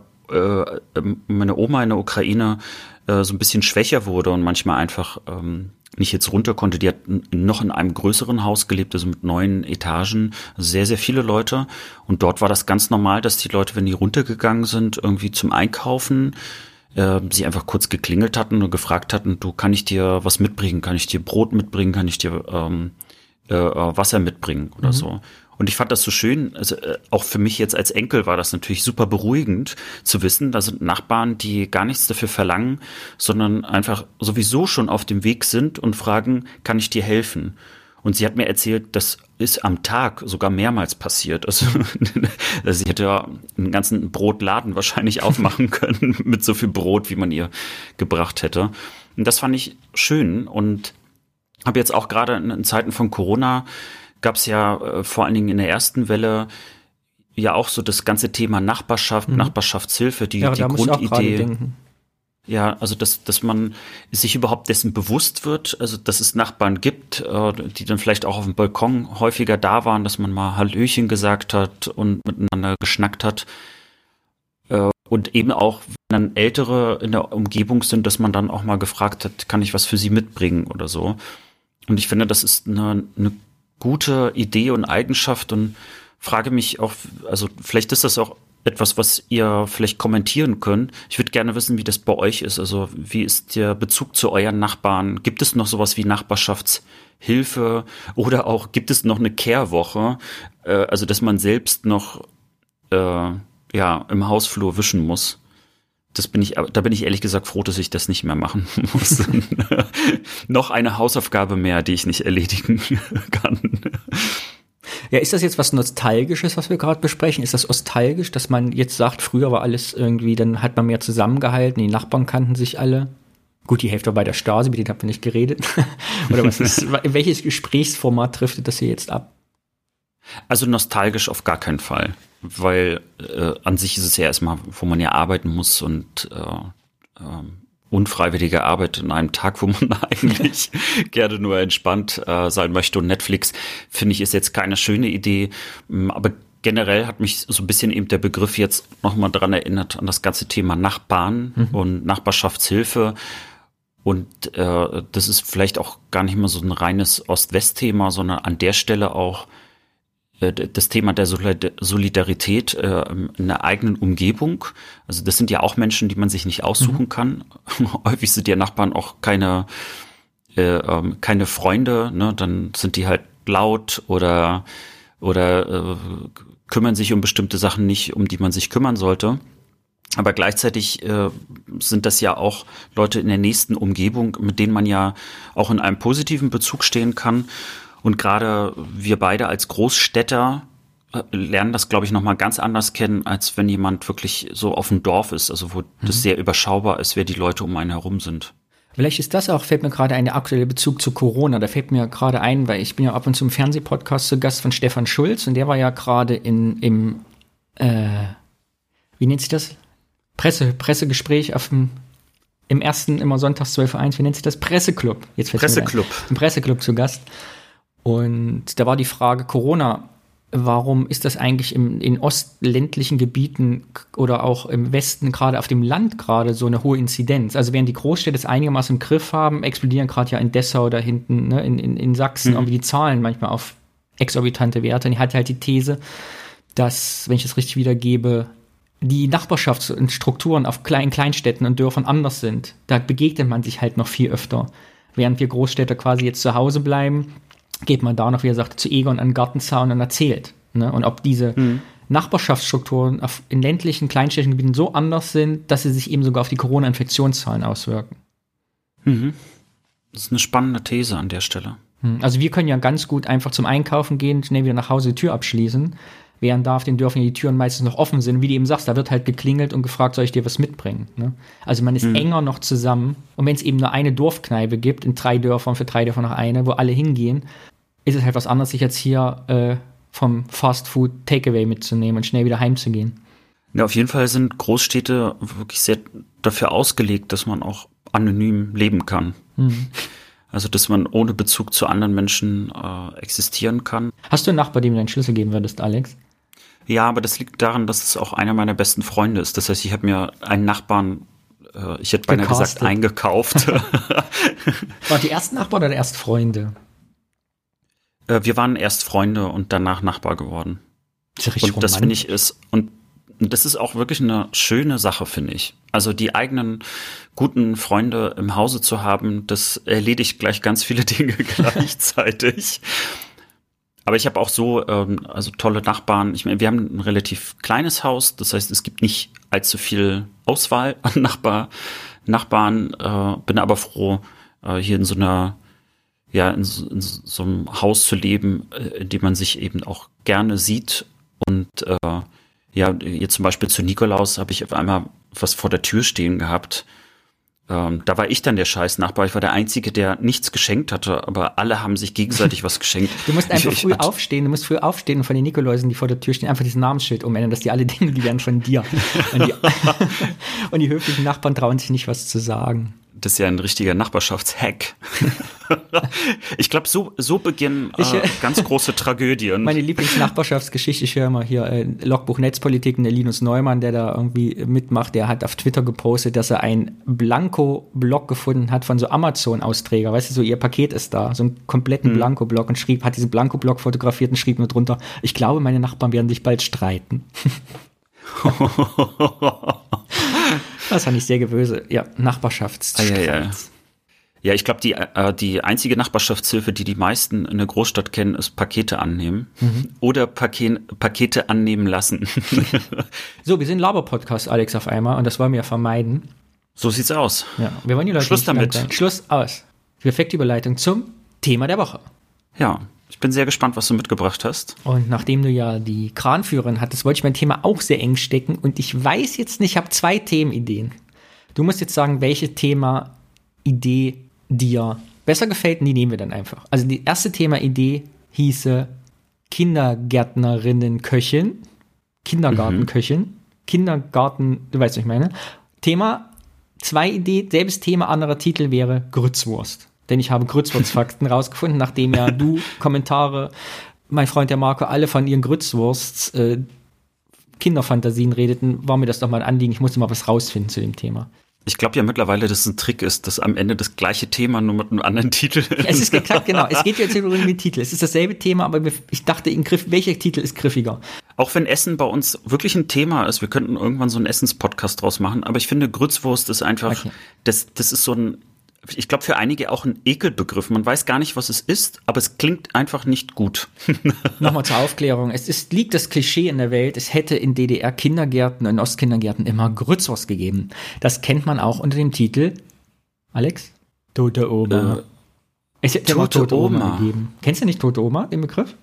Oma in der Ukraine so ein bisschen schwächer wurde und manchmal einfach nicht jetzt runter konnte. Die hat noch in einem größeren Haus gelebt, also mit 9 Etagen, sehr, sehr viele Leute. Und dort war das ganz normal, dass die Leute, wenn die runtergegangen sind, irgendwie zum Einkaufen, sie einfach kurz geklingelt hatten und gefragt hatten, du, kann ich dir was mitbringen? Kann ich dir Brot mitbringen? Kann ich dir Wasser mitbringen oder so? Und ich fand das so schön, also auch für mich jetzt als Enkel war das natürlich super beruhigend zu wissen, da sind Nachbarn, die gar nichts dafür verlangen, sondern einfach sowieso schon auf dem Weg sind und fragen, kann ich dir helfen? Und sie hat mir erzählt, das ist am Tag sogar mehrmals passiert. Also sie hätte ja einen ganzen Brotladen wahrscheinlich aufmachen können mit so viel Brot, wie man ihr gebracht hätte. Und das fand ich schön und habe jetzt auch gerade in Zeiten von Corona gab es ja vor allen Dingen in der ersten Welle ja auch so das ganze Thema Nachbarschaft, Nachbarschaftshilfe, die Grundidee. Ja, also dass man sich überhaupt dessen bewusst wird, also dass es Nachbarn gibt, die dann vielleicht auch auf dem Balkon häufiger da waren, dass man mal Hallöchen gesagt hat und miteinander geschnackt hat. Und eben auch, wenn dann Ältere in der Umgebung sind, dass man dann auch mal gefragt hat, kann ich was für sie mitbringen oder so. Und ich finde, das ist eine gute Idee und Eigenschaft und frage mich auch, also vielleicht ist das auch etwas, was ihr vielleicht kommentieren könnt. Ich würde gerne wissen, wie das bei euch ist. Also wie ist der Bezug zu euren Nachbarn? Gibt es noch sowas wie Nachbarschaftshilfe oder auch gibt es noch eine Kehrwoche? Also dass man selbst noch im Hausflur wischen muss. Da bin ich ehrlich gesagt froh, dass ich das nicht mehr machen muss. Noch eine Hausaufgabe mehr, die ich nicht erledigen kann. Ja, ist das jetzt was Nostalgisches, was wir gerade besprechen? Ist das nostalgisch, dass man jetzt sagt, früher war alles irgendwie, dann hat man mehr zusammengehalten, die Nachbarn kannten sich alle? Gut, die Hälfte war bei der Stasi, mit denen habt ihr nicht geredet. Oder welches Gesprächsformat trifft das hier jetzt ab? Also nostalgisch auf gar keinen Fall, weil an sich ist es ja erstmal, wo man ja arbeiten muss und unfreiwillige Arbeit in einem Tag, wo man eigentlich gerne nur entspannt sein möchte. Und Netflix, finde ich, ist jetzt keine schöne Idee, aber generell hat mich so ein bisschen eben der Begriff jetzt nochmal dran erinnert an das ganze Thema Nachbarn und Nachbarschaftshilfe. Und das ist vielleicht auch gar nicht mehr so ein reines Ost-West-Thema, sondern an der Stelle auch das Thema der Solidarität in der eigenen Umgebung. Also das sind ja auch Menschen, die man sich nicht aussuchen kann. Häufig sind ja Nachbarn auch keine Freunde, ne? Dann sind die halt laut oder kümmern sich um bestimmte Sachen nicht, um die man sich kümmern sollte. Aber gleichzeitig sind das ja auch Leute in der nächsten Umgebung, mit denen man ja auch in einem positiven Bezug stehen kann. Und gerade wir beide als Großstädter lernen das, glaube ich, nochmal ganz anders kennen, als wenn jemand wirklich so auf dem Dorf ist, also wo das sehr überschaubar ist, wer die Leute um einen herum sind. Vielleicht ist das auch, fällt mir gerade ein, der aktuelle Bezug zu Corona. Da fällt mir gerade ein, weil ich bin ja ab und zu im Fernsehpodcast zu Gast von Stefan Schulz und der war ja gerade im wie nennt sich das? Pressegespräch im ersten, immer sonntags 12:01, wie nennt sich das? Presseklub. Jetzt Presseklub. Im Presseklub zu Gast. Und da war die Frage, Corona, warum ist das eigentlich in ostländlichen Gebieten oder auch im Westen, gerade auf dem Land gerade so eine hohe Inzidenz? Also während die Großstädte es einigermaßen im Griff haben, explodieren gerade ja in Dessau da hinten, ne, in Sachsen, irgendwie die Zahlen manchmal auf exorbitante Werte. Und ich hatte halt die These, dass, wenn ich das richtig wiedergebe, die Nachbarschaftsstrukturen auf Kleinstädten und Dörfern anders sind. Da begegnet man sich halt noch viel öfter. Während wir Großstädter quasi jetzt zu Hause bleiben, geht man da noch, wie er sagte, zu Egon an den Gartenzaun und erzählt. Ne? Und ob diese Nachbarschaftsstrukturen in ländlichen, kleinstädtischen Gebieten so anders sind, dass sie sich eben sogar auf die Corona-Infektionszahlen auswirken. Mhm. Das ist eine spannende These an der Stelle. Also wir können ja ganz gut einfach zum Einkaufen gehen, schnell wieder nach Hause die Tür abschließen. Während da auf den Dörfern die Türen meistens noch offen sind. Wie du eben sagst, da wird halt geklingelt und gefragt, soll ich dir was mitbringen? Ne? Also man ist enger noch zusammen. Und wenn es eben nur eine Dorfkneipe gibt, in 3 Dörfern, für 3 Dörfer noch eine, wo alle hingehen, ist es halt was anderes, sich jetzt hier vom Fast-Food-Takeaway mitzunehmen und schnell wieder heimzugehen. Ja, auf jeden Fall sind Großstädte wirklich sehr dafür ausgelegt, dass man auch anonym leben kann. Also, dass man ohne Bezug zu anderen Menschen existieren kann. Hast du einen Nachbar, dem du deinen Schlüssel geben würdest, Alex? Ja, aber das liegt daran, dass es auch einer meiner besten Freunde ist. Das heißt, ich habe mir einen Nachbarn, ich hätte beinahe gesagt, eingekauft. Waren die ersten Nachbarn oder erst Freunde? Wir waren erst Freunde und danach Nachbar geworden. Das ist ja richtig und das finde ich und das ist auch wirklich eine schöne Sache, finde ich. Also die eigenen guten Freunde im Hause zu haben, das erledigt gleich ganz viele Dinge gleichzeitig. Aber ich habe auch so also tolle Nachbarn. Ich meine, wir haben ein relativ kleines Haus, das heißt, es gibt nicht allzu viel Auswahl an Nachbarn. Bin aber froh, hier in so einer in so einem Haus zu leben, in dem man sich eben auch gerne sieht. Und hier zum Beispiel zu Nikolaus habe ich auf einmal was vor der Tür stehen gehabt. Da war ich dann der Scheiß-Nachbar. Ich war der Einzige, der nichts geschenkt hatte, aber alle haben sich gegenseitig was geschenkt. Du musst einfach früh aufstehen. Du musst früh aufstehen und von den Nikoläusen, die vor der Tür stehen, einfach dieses Namensschild umändern, dass die alle denken, die werden von dir. Und die höflichen Nachbarn trauen sich nicht, was zu sagen. Das ist ja ein richtiger Nachbarschaftshack. Ich glaube, so beginnen ganz große Tragödien. Meine Lieblingsnachbarschaftsgeschichte, ich höre mal hier Logbuch Netzpolitik, der Linus Neumann, der da irgendwie mitmacht, der hat auf Twitter gepostet, dass er einen Blanko-Block gefunden hat von so Amazon-Austräger. Weißt du, so ihr Paket ist da, so einen kompletten Blanko-Block und hat diesen Blanko-Block fotografiert und schrieb nur drunter, ich glaube, meine Nachbarn werden sich bald streiten. Das fand ich sehr böse. Ja, Nachbarschaftsstreit. Ja, ich glaube, die einzige Nachbarschaftshilfe, die meisten in der Großstadt kennen, ist Pakete annehmen oder Pakete annehmen lassen. So, wir sind Laber-Podcast, Alex, auf einmal und das wollen wir ja vermeiden. So sieht's aus. Ja, wir wollen die Leute Schluss damit. Schluss aus. Perfekte Überleitung zum Thema der Woche. Ja, ich bin sehr gespannt, was du mitgebracht hast. Und nachdem du ja die Kranführerin hattest, wollte ich mein Thema auch sehr eng stecken. Und ich weiß jetzt nicht, ich habe 2 Themenideen. Du musst jetzt sagen, welche Thema-Idee dir besser gefällt. Und die nehmen wir dann einfach. Also die erste Thema-Idee hieße Kindergärtnerinnen-Köchin. Kindergartenköchin. Kindergarten, du weißt, was ich meine. Thema, 2 Ideen, selbes Thema, anderer Titel wäre Grützwurst. Denn ich habe Grützwurstfakten rausgefunden, nachdem ja du Kommentare, mein Freund der Marco, alle von ihren Grützwurst Kinderfantasien redeten, war mir das doch mal ein Anliegen. Ich musste mal was rausfinden zu dem Thema. Ich glaube ja mittlerweile, dass es ein Trick ist, dass am Ende das gleiche Thema nur mit einem anderen Titel ist. Ja, es ist geklappt, genau. Es geht jetzt über den Titel. Es ist dasselbe Thema, aber ich dachte, welcher Titel ist griffiger? Auch wenn Essen bei uns wirklich ein Thema ist, wir könnten irgendwann so einen Essenspodcast draus machen, aber ich finde, Grützwurst ist einfach, das ist so ein, ich glaube, für einige auch ein Ekelbegriff. Man weiß gar nicht, was es ist, aber es klingt einfach nicht gut. Nochmal zur Aufklärung. Liegt das Klischee in der Welt, es hätte in DDR-Kindergärten und Ostkindergärten immer Grützwurst gegeben. Das kennt man auch unter dem Titel, Alex? Tote Oma. Es hätte immer Tote Oma gegeben. Kennst du nicht Tote Oma, den Begriff?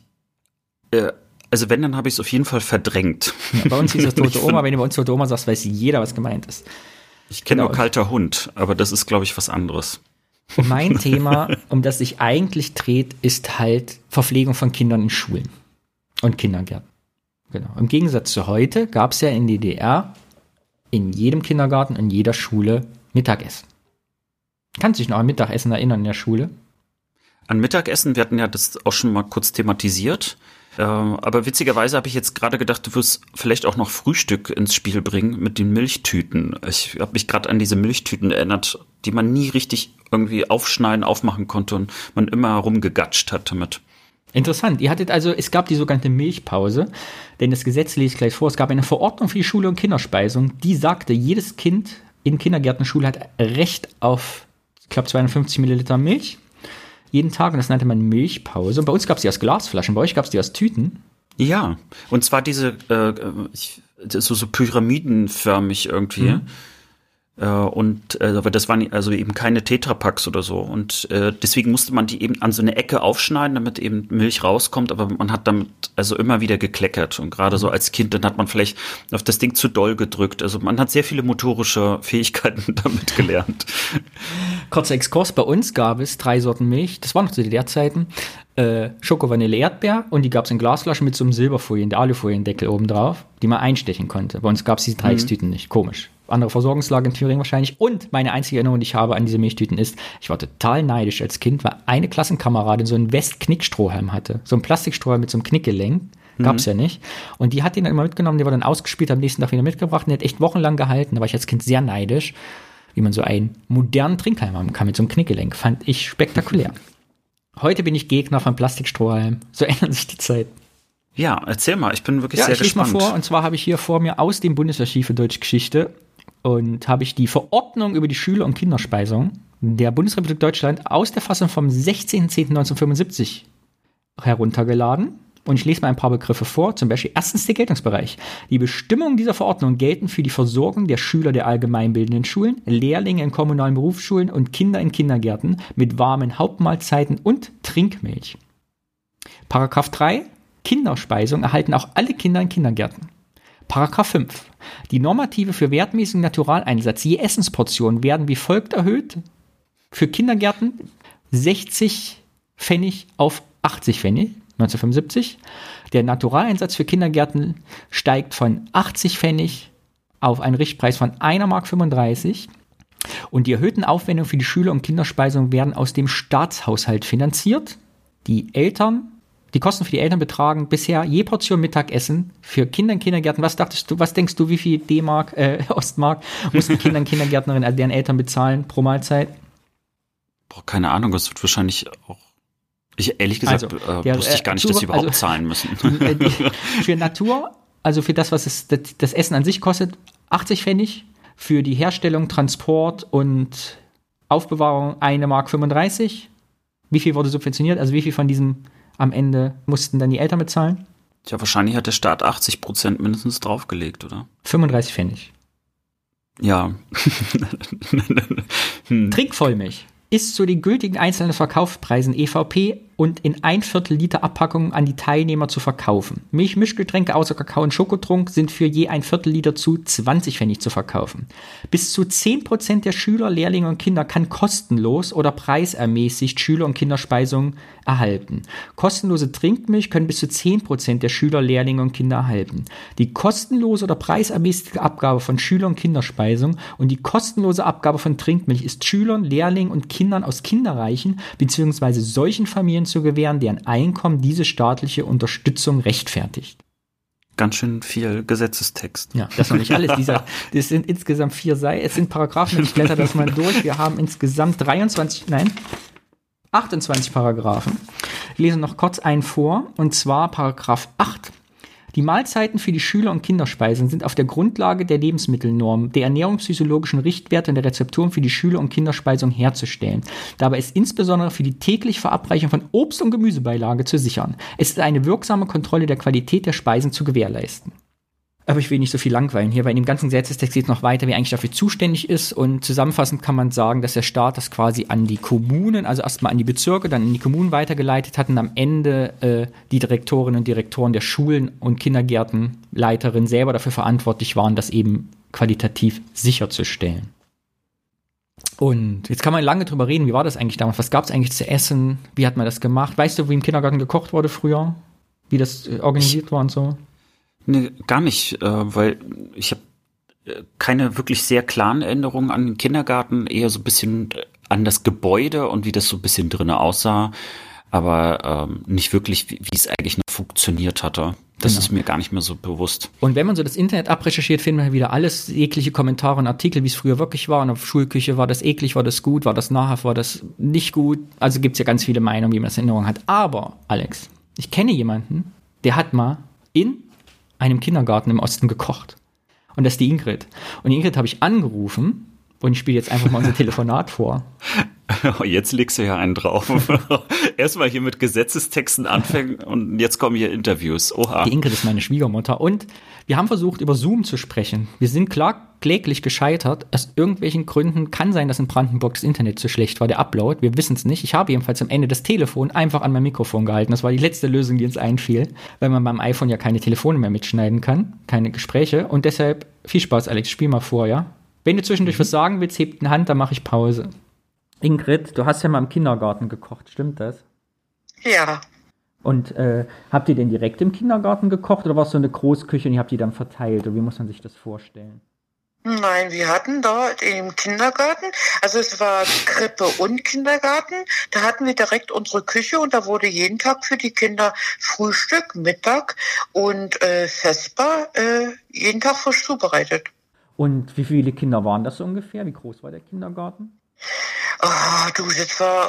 Also wenn, dann habe ich es auf jeden Fall verdrängt. Ja, bei uns hieß es Tote Oma. Wenn du bei uns Tote Oma sagst, weiß jeder, was gemeint ist. Ich kenne nur kalter Hund, aber das ist, glaube ich, was anderes. Mein Thema, um das sich eigentlich dreht, ist halt Verpflegung von Kindern in Schulen und Kindergärten. Genau. Im Gegensatz zu heute gab es ja in DDR in jedem Kindergarten, in jeder Schule Mittagessen. Kannst du dich noch an Mittagessen erinnern in der Schule? An Mittagessen, wir hatten ja das auch schon mal kurz thematisiert. Aber witzigerweise habe ich jetzt gerade gedacht, du wirst vielleicht auch noch Frühstück ins Spiel bringen mit den Milchtüten. Ich habe mich gerade an diese Milchtüten erinnert, die man nie richtig irgendwie aufmachen konnte und man immer rumgegatscht hat damit. Interessant. Es gab die sogenannte Milchpause, denn das Gesetz lese ich gleich vor. Es gab eine Verordnung für die Schule- und Kinderspeisung, die sagte, jedes Kind in Kindergärten und Schule hat Recht auf, ich glaube, 250 Milliliter Milch. jeden Tag, und das nannte man Milchpause. Und bei uns gab es die aus Glasflaschen, bei euch gab es die aus Tüten. Ja, und zwar diese so pyramidenförmig irgendwie. Aber das waren also eben keine Tetrapacks oder so. Und deswegen musste man die eben an so eine Ecke aufschneiden, damit eben Milch rauskommt. Aber man hat damit also immer wieder gekleckert. Und gerade so als Kind, dann hat man vielleicht auf das Ding zu doll gedrückt. Also man hat sehr viele motorische Fähigkeiten damit gelernt. Kurzer Exkurs, bei uns gab es 3 Sorten Milch. Das war noch zu DDR-Zeiten. Schoko, Vanille, Erdbeer. Und die gab es in Glasflaschen mit so einem Silberfolien, der Alufoliendeckel oben drauf, die man einstechen konnte. Bei uns gab es diese Dreieckstüten nicht. Komisch. Andere Versorgungslage in Thüringen wahrscheinlich. Und meine einzige Erinnerung, die ich habe an diese Milchtüten ist, ich war total neidisch als Kind, weil eine Klassenkameradin so einen West-Knickstrohhalm hatte. So ein Plastikstrohhalm mit so einem Knickgelenk. Gab's ja nicht. Und die hat den dann immer mitgenommen, der war dann ausgespielt, am nächsten Tag wieder mitgebracht und der hat echt wochenlang gehalten. Da war ich als Kind sehr neidisch, wie man so einen modernen Trinkhalm haben kann mit so einem Knickgelenk. Fand ich spektakulär. Heute bin ich Gegner von Plastikstrohhalm. So ändern sich die Zeiten. Ja, erzähl mal, ich bin wirklich sehr gespannt. Ich lese mal vor, und zwar habe ich hier vor mir aus dem Bundesarchiv für Deutsche Geschichte und habe ich die Verordnung über die Schüler- und Kinderspeisung der Bundesrepublik Deutschland aus der Fassung vom 16.10.1975 heruntergeladen. Und ich lese mal ein paar Begriffe vor, zum Beispiel erstens der Geltungsbereich. Die Bestimmungen dieser Verordnung gelten für die Versorgung der Schüler der allgemeinbildenden Schulen, Lehrlinge in kommunalen Berufsschulen und Kinder in Kindergärten mit warmen Hauptmahlzeiten und Trinkmilch. Paragraph 3. Kinderspeisung erhalten auch alle Kinder in Kindergärten. Paragraph 5. Die Normative für wertmäßigen Naturaleinsatz je Essensportionen werden wie folgt erhöht. Für Kindergärten 60 Pfennig auf 80 Pfennig. 1975. Der Naturaleinsatz für Kindergärten steigt von 80 Pfennig auf einen Richtpreis von 1,35 Mark. Und die erhöhten Aufwendungen für die Schüler- und Kinderspeisung werden aus dem Staatshaushalt finanziert. Die Kosten für die Eltern betragen bisher je Portion Mittagessen für Kinder in Kindergärten. Was denkst du, wie viel D-Mark, Ostmark mussten Kinder in Kindergärtnerinnen, also deren Eltern bezahlen pro Mahlzeit? Boah, keine Ahnung, das wird wahrscheinlich auch. Ehrlich gesagt, wusste ich gar nicht, dass sie überhaupt zahlen müssen. Für Natur, also für das, was das Essen an sich kostet, 80 Pfennig. Für die Herstellung, Transport und Aufbewahrung 1,35 Mark. Wie viel wurde subventioniert? Also wie viel von diesem am Ende mussten dann die Eltern bezahlen? Tja, wahrscheinlich hat der Staat 80% mindestens draufgelegt, oder? 35 Pfennig. Ja. Trinkvollmilch ist zu den gültigen einzelnen Verkaufspreisen EVP und in 1/4 Liter Abpackungen an die Teilnehmer zu verkaufen. Milchmischgetränke außer Kakao und Schokotrunk sind für je 1/4 Liter zu 20 Pfennig zu verkaufen. Bis zu 10% der Schüler, Lehrlinge und Kinder kann kostenlos oder preisermäßigt Schüler- und Kinderspeisung erhalten. Kostenlose Trinkmilch können bis zu 10% der Schüler, Lehrlinge und Kinder erhalten. Die kostenlose oder preisermäßige Abgabe von Schüler- und Kinderspeisung und die kostenlose Abgabe von Trinkmilch ist Schülern, Lehrlingen und Kindern aus kinderreichen bzw. solchen Familien zu gewähren, deren Einkommen diese staatliche Unterstützung rechtfertigt. Ganz schön viel Gesetzestext. Ja, das noch nicht alles. Das sind insgesamt 4 Seiten. Es sind Paragraphen, ich blätter das mal durch. Wir haben insgesamt 28 Paragraphen. Ich lese noch kurz einen vor, und zwar Paragraph 8. Die Mahlzeiten für die Schüler- und Kinderspeisen sind auf der Grundlage der Lebensmittelnorm, der ernährungsphysiologischen Richtwerte und der Rezepturen für die Schüler- und Kinderspeisung herzustellen. Dabei ist insbesondere für die tägliche Verabreichung von Obst- und Gemüsebeilage zu sichern. Es ist eine wirksame Kontrolle der Qualität der Speisen zu gewährleisten. Aber ich will nicht so viel langweilen hier, weil in dem ganzen Gesetzestext geht es noch weiter, wer eigentlich dafür zuständig ist. Und zusammenfassend kann man sagen, dass der Staat das quasi an die Kommunen, also erstmal an die Bezirke, dann in die Kommunen weitergeleitet hat und am Ende die Direktorinnen und Direktoren der Schulen und Kindergärtenleiterinnen selber dafür verantwortlich waren, das eben qualitativ sicherzustellen. Und jetzt kann man lange drüber reden, wie war das eigentlich damals? Was gab es eigentlich zu essen? Wie hat man das gemacht? Weißt du, wie im Kindergarten gekocht wurde früher? Wie das organisiert war und so? Nee, gar nicht, weil ich habe keine wirklich sehr klaren Erinnerungen an den Kindergarten, eher so ein bisschen an das Gebäude und wie das so ein bisschen drinnen aussah, aber nicht wirklich, wie es eigentlich noch funktioniert hatte. Das ist mir gar nicht mehr so bewusst. Und wenn man so das Internet abrecherchiert, findet man wieder alles, jegliche Kommentare und Artikel, wie es früher wirklich war. Und auf Schulküche war das eklig, war das gut, war das nahrhaft, war das nicht gut. Also gibt es ja ganz viele Meinungen, wie man das in Erinnerung hat. Aber, Alex, ich kenne jemanden, der hat mal in einem Kindergarten im Osten gekocht. Und das ist die Ingrid. Und die Ingrid habe ich angerufen und ich spiele jetzt einfach mal unser Telefonat vor. Jetzt legst du ja einen drauf. Erstmal hier mit Gesetzestexten anfangen und jetzt kommen hier Interviews. Oha. Die Ingrid ist meine Schwiegermutter und wir haben versucht, über Zoom zu sprechen. Wir sind kläglich gescheitert. Aus irgendwelchen Gründen kann sein, dass in Brandenburg das Internet zu schlecht war, der Upload. Wir wissen es nicht. Ich habe jedenfalls am Ende das Telefon einfach an mein Mikrofon gehalten. Das war die letzte Lösung, die uns einfiel, weil man beim iPhone ja keine Telefone mehr mitschneiden kann, keine Gespräche. Und deshalb viel Spaß, Alex. Spiel mal vor, ja? Wenn du zwischendurch was sagen willst, hebt eine Hand, dann mache ich Pause. Ingrid, du hast ja mal im Kindergarten gekocht, stimmt das? Ja. Und habt ihr denn direkt im Kindergarten gekocht oder war es so eine Großküche und ihr habt die dann verteilt? Oder wie muss man sich das vorstellen? Nein, wir hatten dort im Kindergarten, also es war Krippe und Kindergarten, da hatten wir direkt unsere Küche und da wurde jeden Tag für die Kinder Frühstück, Mittag und Vesper jeden Tag frisch zubereitet. Und wie viele Kinder waren das so ungefähr? Wie groß war der Kindergarten? Ah, du, das war,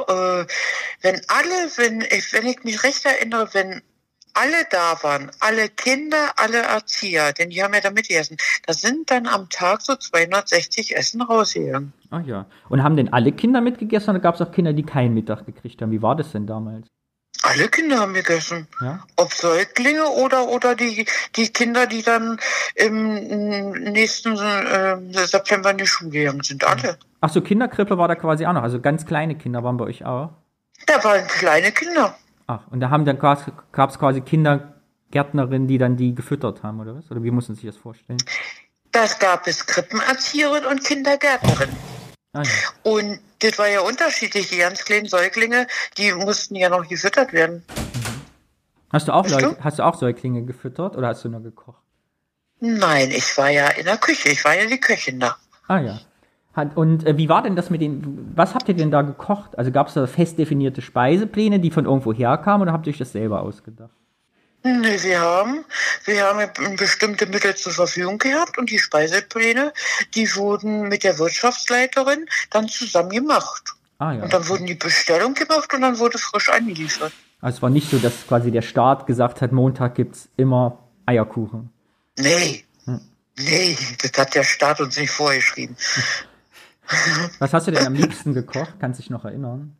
wenn ich mich recht erinnere, wenn alle da waren, alle Kinder, alle Erzieher, denn die haben ja da mitgegessen, da sind dann am Tag so 260 Essen rausgegangen. Ah ja. Und haben denn alle Kinder mitgegessen oder gab es auch Kinder, die keinen Mittag gekriegt haben? Wie war das denn damals? Alle Kinder haben gegessen. Ja? Ob Säuglinge oder die Kinder, die dann im nächsten September in die Schule gegangen sind. Alle. Ach so, Kinderkrippe war da quasi auch noch. Also ganz kleine Kinder waren bei euch auch? Da waren kleine Kinder. Ach, und da gab es quasi Kindergärtnerinnen, die dann die gefüttert haben, oder was? Oder wie muss man sich das vorstellen? Das gab es Krippenerzieherin und Kindergärtnerin. Ah, ja. Und das war ja unterschiedlich. Die ganz kleinen Säuglinge, die mussten ja noch gefüttert werden. Hast du auch Weißt du? hast du auch Säuglinge gefüttert oder hast du nur gekocht? Nein, ich war ja in der Küche. Ich war ja die Köchin da. Ah ja. Und wie war denn das was habt ihr denn da gekocht? Also gab es da fest definierte Speisepläne, die von irgendwo herkamen oder habt ihr euch das selber ausgedacht? Nee, wir haben bestimmte Mittel zur Verfügung gehabt und die Speisepläne, die wurden mit der Wirtschaftsleiterin dann zusammen gemacht. Ah ja. Und dann wurden die Bestellung gemacht und dann wurde frisch eingeliefert. Also es war nicht so, dass quasi der Staat gesagt hat, Montag gibt's immer Eierkuchen. Nee, nee, das hat der Staat uns nicht vorgeschrieben. Was hast du denn am liebsten gekocht? Kannst du dich noch erinnern?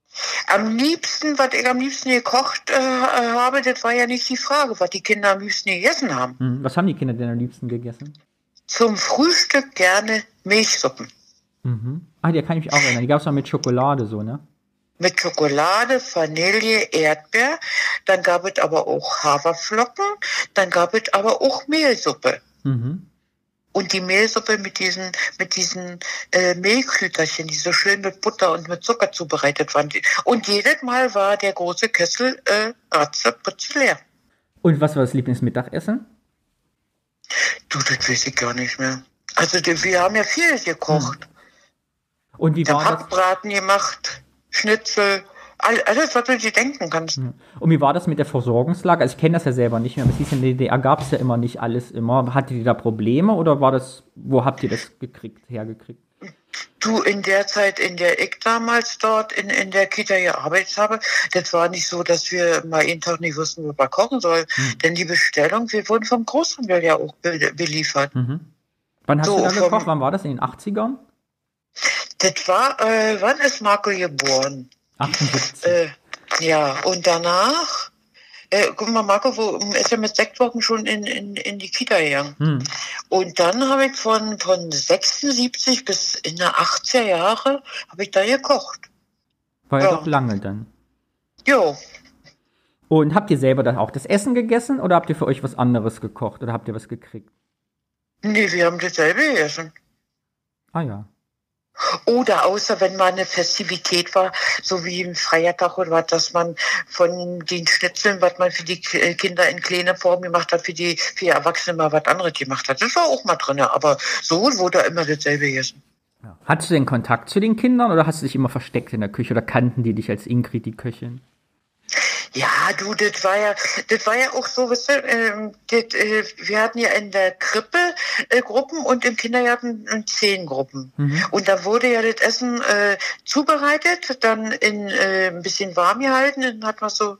Was ich am liebsten gekocht habe, das war ja nicht die Frage, was die Kinder am liebsten gegessen haben. Was haben die Kinder denn am liebsten gegessen? Zum Frühstück gerne Milchsuppen. Ah, die kann ich mich auch erinnern. Die gab's mal mit Schokolade so, ne? Mit Schokolade, Vanille, Erdbeer. Dann gab es aber auch Haferflocken. Dann gab es aber auch Mehlsuppe. Und die Mehlsuppe mit diesen Mehlklüterchen, die so schön mit Butter und mit Zucker zubereitet waren. Und jedes Mal war der große Kessel ratze leer. Und was war das Lieblingsmittagessen? Du, das weiß ich gar nicht mehr. Also wir haben ja viel gekocht. Und wie Wir war haben das? Hackbraten gemacht, Schnitzel, alles, was du dir denken kannst. Und wie war das mit der Versorgungslage? Also ich kenne das ja selber nicht mehr, aber es hieß, in der DDR gab es ja immer nicht alles immer. Hattet ihr da Probleme oder wo habt ihr das hergekriegt? Du, in der Zeit, in der ich damals dort in der Kita gearbeitet habe, das war nicht so, dass wir mal jeden Tag nicht wussten, was wir kochen sollen. Denn die Bestellung, wir wurden vom Großhandel ja auch beliefert. Wann hast So, du da gekocht? Wann war das? In den 80ern? Das war, wann ist Marco geboren? 78. Ja, und danach, guck mal, Marco ist ja mit 6 Wochen schon in die Kita gegangen. Und dann habe ich von 76 bis in der 80er Jahre, habe ich da gekocht. War ja doch lange dann. Jo. Und habt ihr selber dann auch das Essen gegessen oder habt ihr für euch was anderes gekocht oder habt ihr was gekriegt? Nee, wir haben dasselbe gegessen. Ah ja. Oder außer wenn mal eine Festivität war, so wie ein Feiertag oder was, dass man von den Schnitzeln, was man für die Kinder in kleine Form gemacht hat, für die Erwachsene mal was anderes gemacht hat. Das war auch mal drin, aber so wurde immer dasselbe gegessen. Ja. Hattest du denn Kontakt zu den Kindern oder hast du dich immer versteckt in der Küche oder kannten die dich als Ingrid, die Köchin? Ja, du, das war ja auch so, weißt du, wir hatten ja in der Krippe Gruppen und im Kindergarten 10 Gruppen. Und da wurde ja das Essen zubereitet, dann in ein bisschen warm gehalten, dann hat man so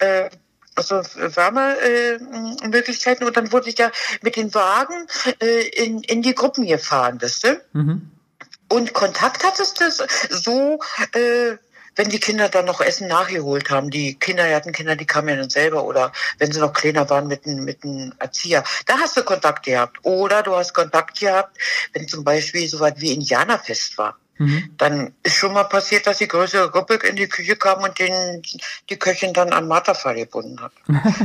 warme Möglichkeiten und dann wurde ich ja mit den Wagen in die Gruppen gefahren, weißt du? Und Kontakt hattest du so, wenn die Kinder dann noch Essen nachgeholt haben. Die Kindergartenkinder, die kamen ja dann selber, oder wenn sie noch kleiner waren mit einem Erzieher. Da hast du Kontakt gehabt. Oder du hast Kontakt gehabt, wenn zum Beispiel so was wie Indianerfest war. Dann ist schon mal passiert, dass die größere Gruppe in die Küche kam und die Köchin dann an Marterpfahl gebunden hat.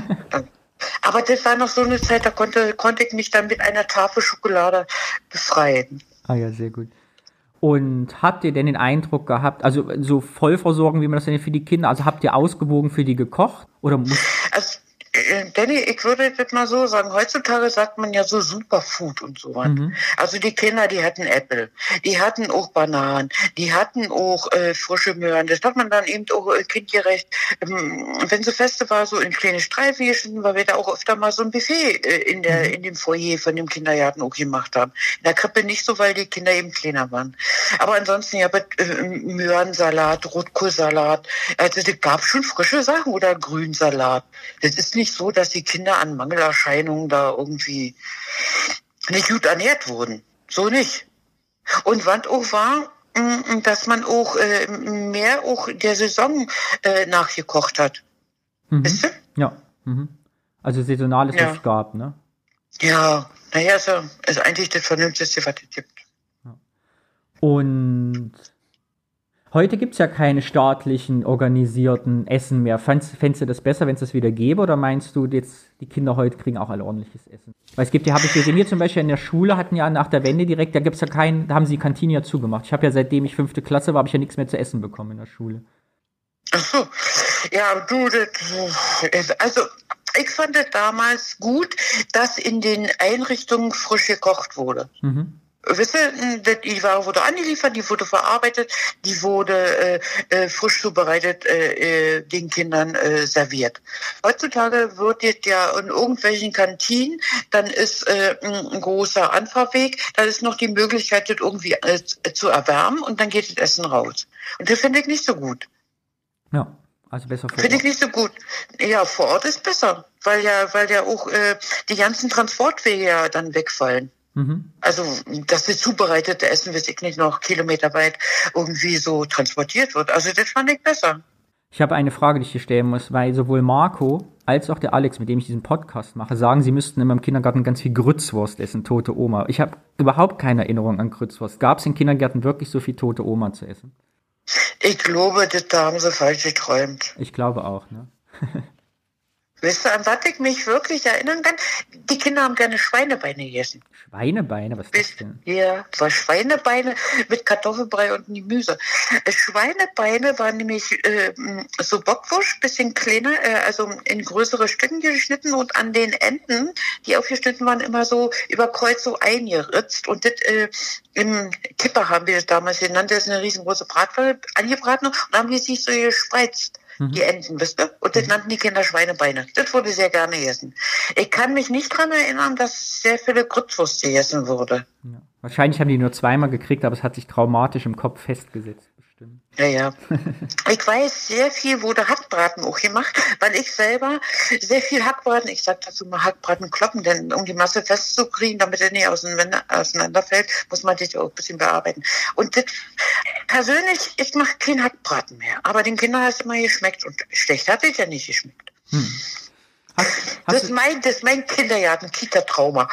Aber das war noch so eine Zeit, da konnte ich mich dann mit einer Tafel Schokolade befreien. Ah ja, sehr gut. Und habt ihr denn den Eindruck gehabt, also so Vollversorgung, wie man das denn für die Kinder, also habt ihr ausgewogen für die gekocht? Oder also, Danny, ich würde das mal so sagen, heutzutage sagt man ja so Superfood und so was. Also die Kinder, die hatten Äpfel, die hatten auch Bananen, die hatten auch frische Möhren. Das hat man dann eben auch kindgerecht. Wenn so Feste war, so in kleine Streifchen, weil wir da auch öfter mal so ein Buffet in dem Foyer von dem Kindergarten auch gemacht haben. In der Krippe nicht so, weil die Kinder eben kleiner waren. Aber ansonsten ja Möhrensalat, Rotkohlsalat. Also es gab schon frische Sachen oder Grünsalat. Das ist nicht so, dass die Kinder an Mangelerscheinungen da irgendwie nicht gut ernährt wurden. So nicht. Und was auch war, dass man auch mehr auch der Saison nachgekocht hat. Weißt du? Ja. Also saisonales, was es gab, ne? Ja, naja, ist eigentlich das Vernünftigste, was es gibt. Ja. Und heute gibt es ja keine staatlichen, organisierten Essen mehr. Fändest du das besser, wenn es das wieder gäbe? Oder meinst du, jetzt die Kinder heute kriegen auch alle ordentliches Essen? Weil es gibt ja, habe ich gesehen, hier zum Beispiel in der Schule hatten ja nach der Wende direkt, da gibt's ja da haben sie die Kantine ja zugemacht. Ich habe ja, seitdem ich 5. Klasse war, habe ich ja nichts mehr zu essen bekommen in der Schule. Ach so. Ja, also ich fand es damals gut, dass in den Einrichtungen frisch gekocht wurde. Wisst ihr, die Ware wurde angeliefert, die wurde verarbeitet, die wurde frisch zubereitet den Kindern serviert. Heutzutage wird jetzt ja in irgendwelchen Kantinen, dann ist ein großer Anfahrweg, da ist noch die Möglichkeit, das irgendwie zu erwärmen und dann geht das Essen raus. Und das finde ich nicht so gut. Ja, also besser vor Ort. Finde ich nicht so gut. Ja, vor Ort ist besser, weil ja auch die ganzen Transportwege ja dann wegfallen. Also, dass das zubereitete Essen, weiß ich nicht, noch kilometerweit irgendwie so transportiert wird. Also, das fand ich besser. Ich habe eine Frage, die ich dir stellen muss, weil sowohl Marco als auch der Alex, mit dem ich diesen Podcast mache, sagen, sie müssten immer im Kindergarten ganz viel Grützwurst essen, tote Oma. Ich habe überhaupt keine Erinnerung an Grützwurst. Gab es im Kindergarten wirklich so viel tote Oma zu essen? Ich glaube, da haben sie falsch geträumt. Ich glaube auch, ne? Wisst ihr, an was ich mich wirklich erinnern kann? Die Kinder haben gerne Schweinebeine gegessen. Schweinebeine? Was ist das denn? Ja, war Schweinebeine mit Kartoffelbrei und Gemüse. Schweinebeine waren nämlich so Bockwurst, bisschen kleiner, also in größere Stücken geschnitten und an den Enden, die aufgeschnitten waren, immer so über Kreuz so eingeritzt. Und das im Kipper haben wir das damals genannt. Das ist eine riesengroße Bratpfanne angebraten und dann haben die sich so gespreizt. Die Enten, wisst ihr? Und das nannten die Kinder Schweinebeine. Das wurde sehr gerne gegessen. Ich kann mich nicht daran erinnern, dass sehr viele Grützwurst gegessen wurde. Ja. Wahrscheinlich haben die nur zweimal gekriegt, aber es hat sich traumatisch im Kopf festgesetzt. Bestimmt. Ja. Ich weiß, sehr viel wurde Hackbraten auch gemacht, weil ich selber sehr viel Hackbraten, ich sag dazu mal Hackbraten kloppen, denn um die Masse festzukriegen, damit er nicht auseinanderfällt, muss man das ja auch ein bisschen bearbeiten. Und das, persönlich, ich mache keinen Hackbraten mehr, aber den Kindern hat es immer geschmeckt und schlecht hat es ja nicht geschmeckt. Das ist mein Kindergarten, Kita-Trauma.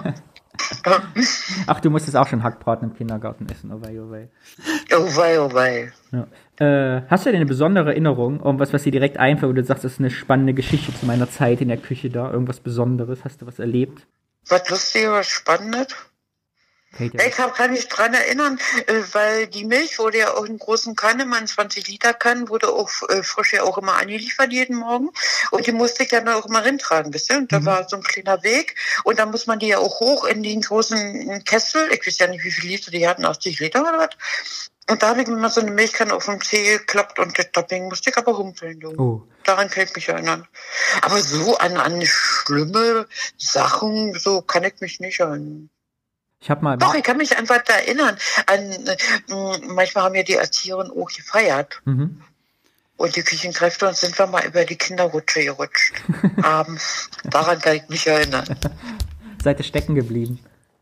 Ach, du musstest auch schon Hackbraten im Kindergarten essen, oh wei, oh wei. Oh wei, oh wei. Ja. Hast du denn eine besondere Erinnerung, irgendwas, was dir direkt einfällt, wo du sagst, das ist eine spannende Geschichte zu meiner Zeit in der Küche da, irgendwas Besonderes, hast du was erlebt? Was Lustiges, was Spannendes? Ich kann mich dran erinnern, weil die Milch wurde ja auch in großen Kannen, immer in 20 Liter Kannen, wurde auch frisch ja auch immer angeliefert jeden Morgen. Und die musste ich dann auch immer rintragen, wisst ihr? Und da war so ein kleiner Weg. Und dann muss man die ja auch hoch in den großen Kessel. Ich weiß ja nicht, wie viele Liter die hatten, 80 Liter oder was. Und da habe ich mir mal so eine Milchkanne auf dem Zeh geklappt und das Topping musste ich aber rumpeln. Oh. Daran kann ich mich erinnern. Aber so an schlimme Sachen, so kann ich mich nicht erinnern. Doch, ich kann mich einfach da erinnern. Manchmal haben ja die Erzieherinnen auch gefeiert. Und die Küchenkräfte, und sind wir mal über die Kinderrutsche gerutscht. Abends. Daran kann ich mich erinnern. Seid ihr stecken geblieben?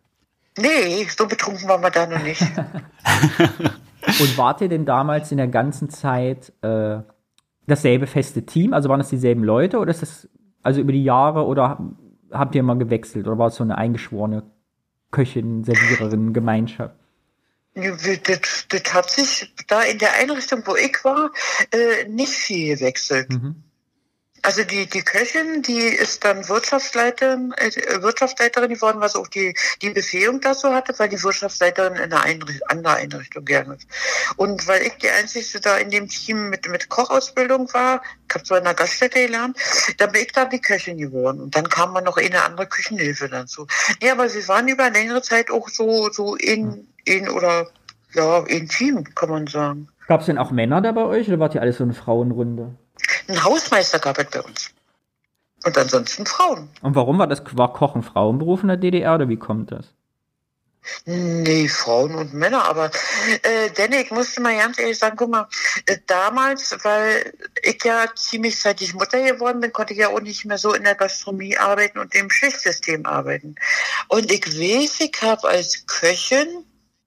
Nee, so betrunken waren wir da noch nicht. Und wart ihr denn damals in der ganzen Zeit dasselbe feste Team? Also waren das dieselben Leute oder ist das also über die Jahre oder habt ihr mal gewechselt oder war es so eine eingeschworene Köchin, Serviererin, Gemeinschaft? Das hat sich da in der Einrichtung, wo ich war, nicht viel gewechselt. Mhm. Also die Köchin, die ist dann Wirtschaftsleiterin geworden, was auch die Befähigung dazu hatte, weil die Wirtschaftsleiterin in einer anderen Einrichtung gegangen ist. Und weil ich die Einzige da in dem Team mit Kochausbildung war, ich habe zwar in einer Gaststätte gelernt, dann bin ich da die Köchin geworden. Und dann kam man noch eine andere Küchenhilfe dazu. Ja, aber sie waren über längere Zeit auch so in Team, kann man sagen. Gab es denn auch Männer da bei euch oder wart ihr alles so eine Frauenrunde? Ein Hausmeister gab es bei uns. Und ansonsten Frauen. Und warum war Kochen Frauenberuf in der DDR oder wie kommt das? Nee, Frauen und Männer, aber denn ich musste mal ganz ehrlich sagen, guck mal, damals, weil ich ja ziemlich zeitig Mutter geworden bin, konnte ich ja auch nicht mehr so in der Gastronomie arbeiten und im Schichtsystem arbeiten. Und ich weiß, ich habe als Köchin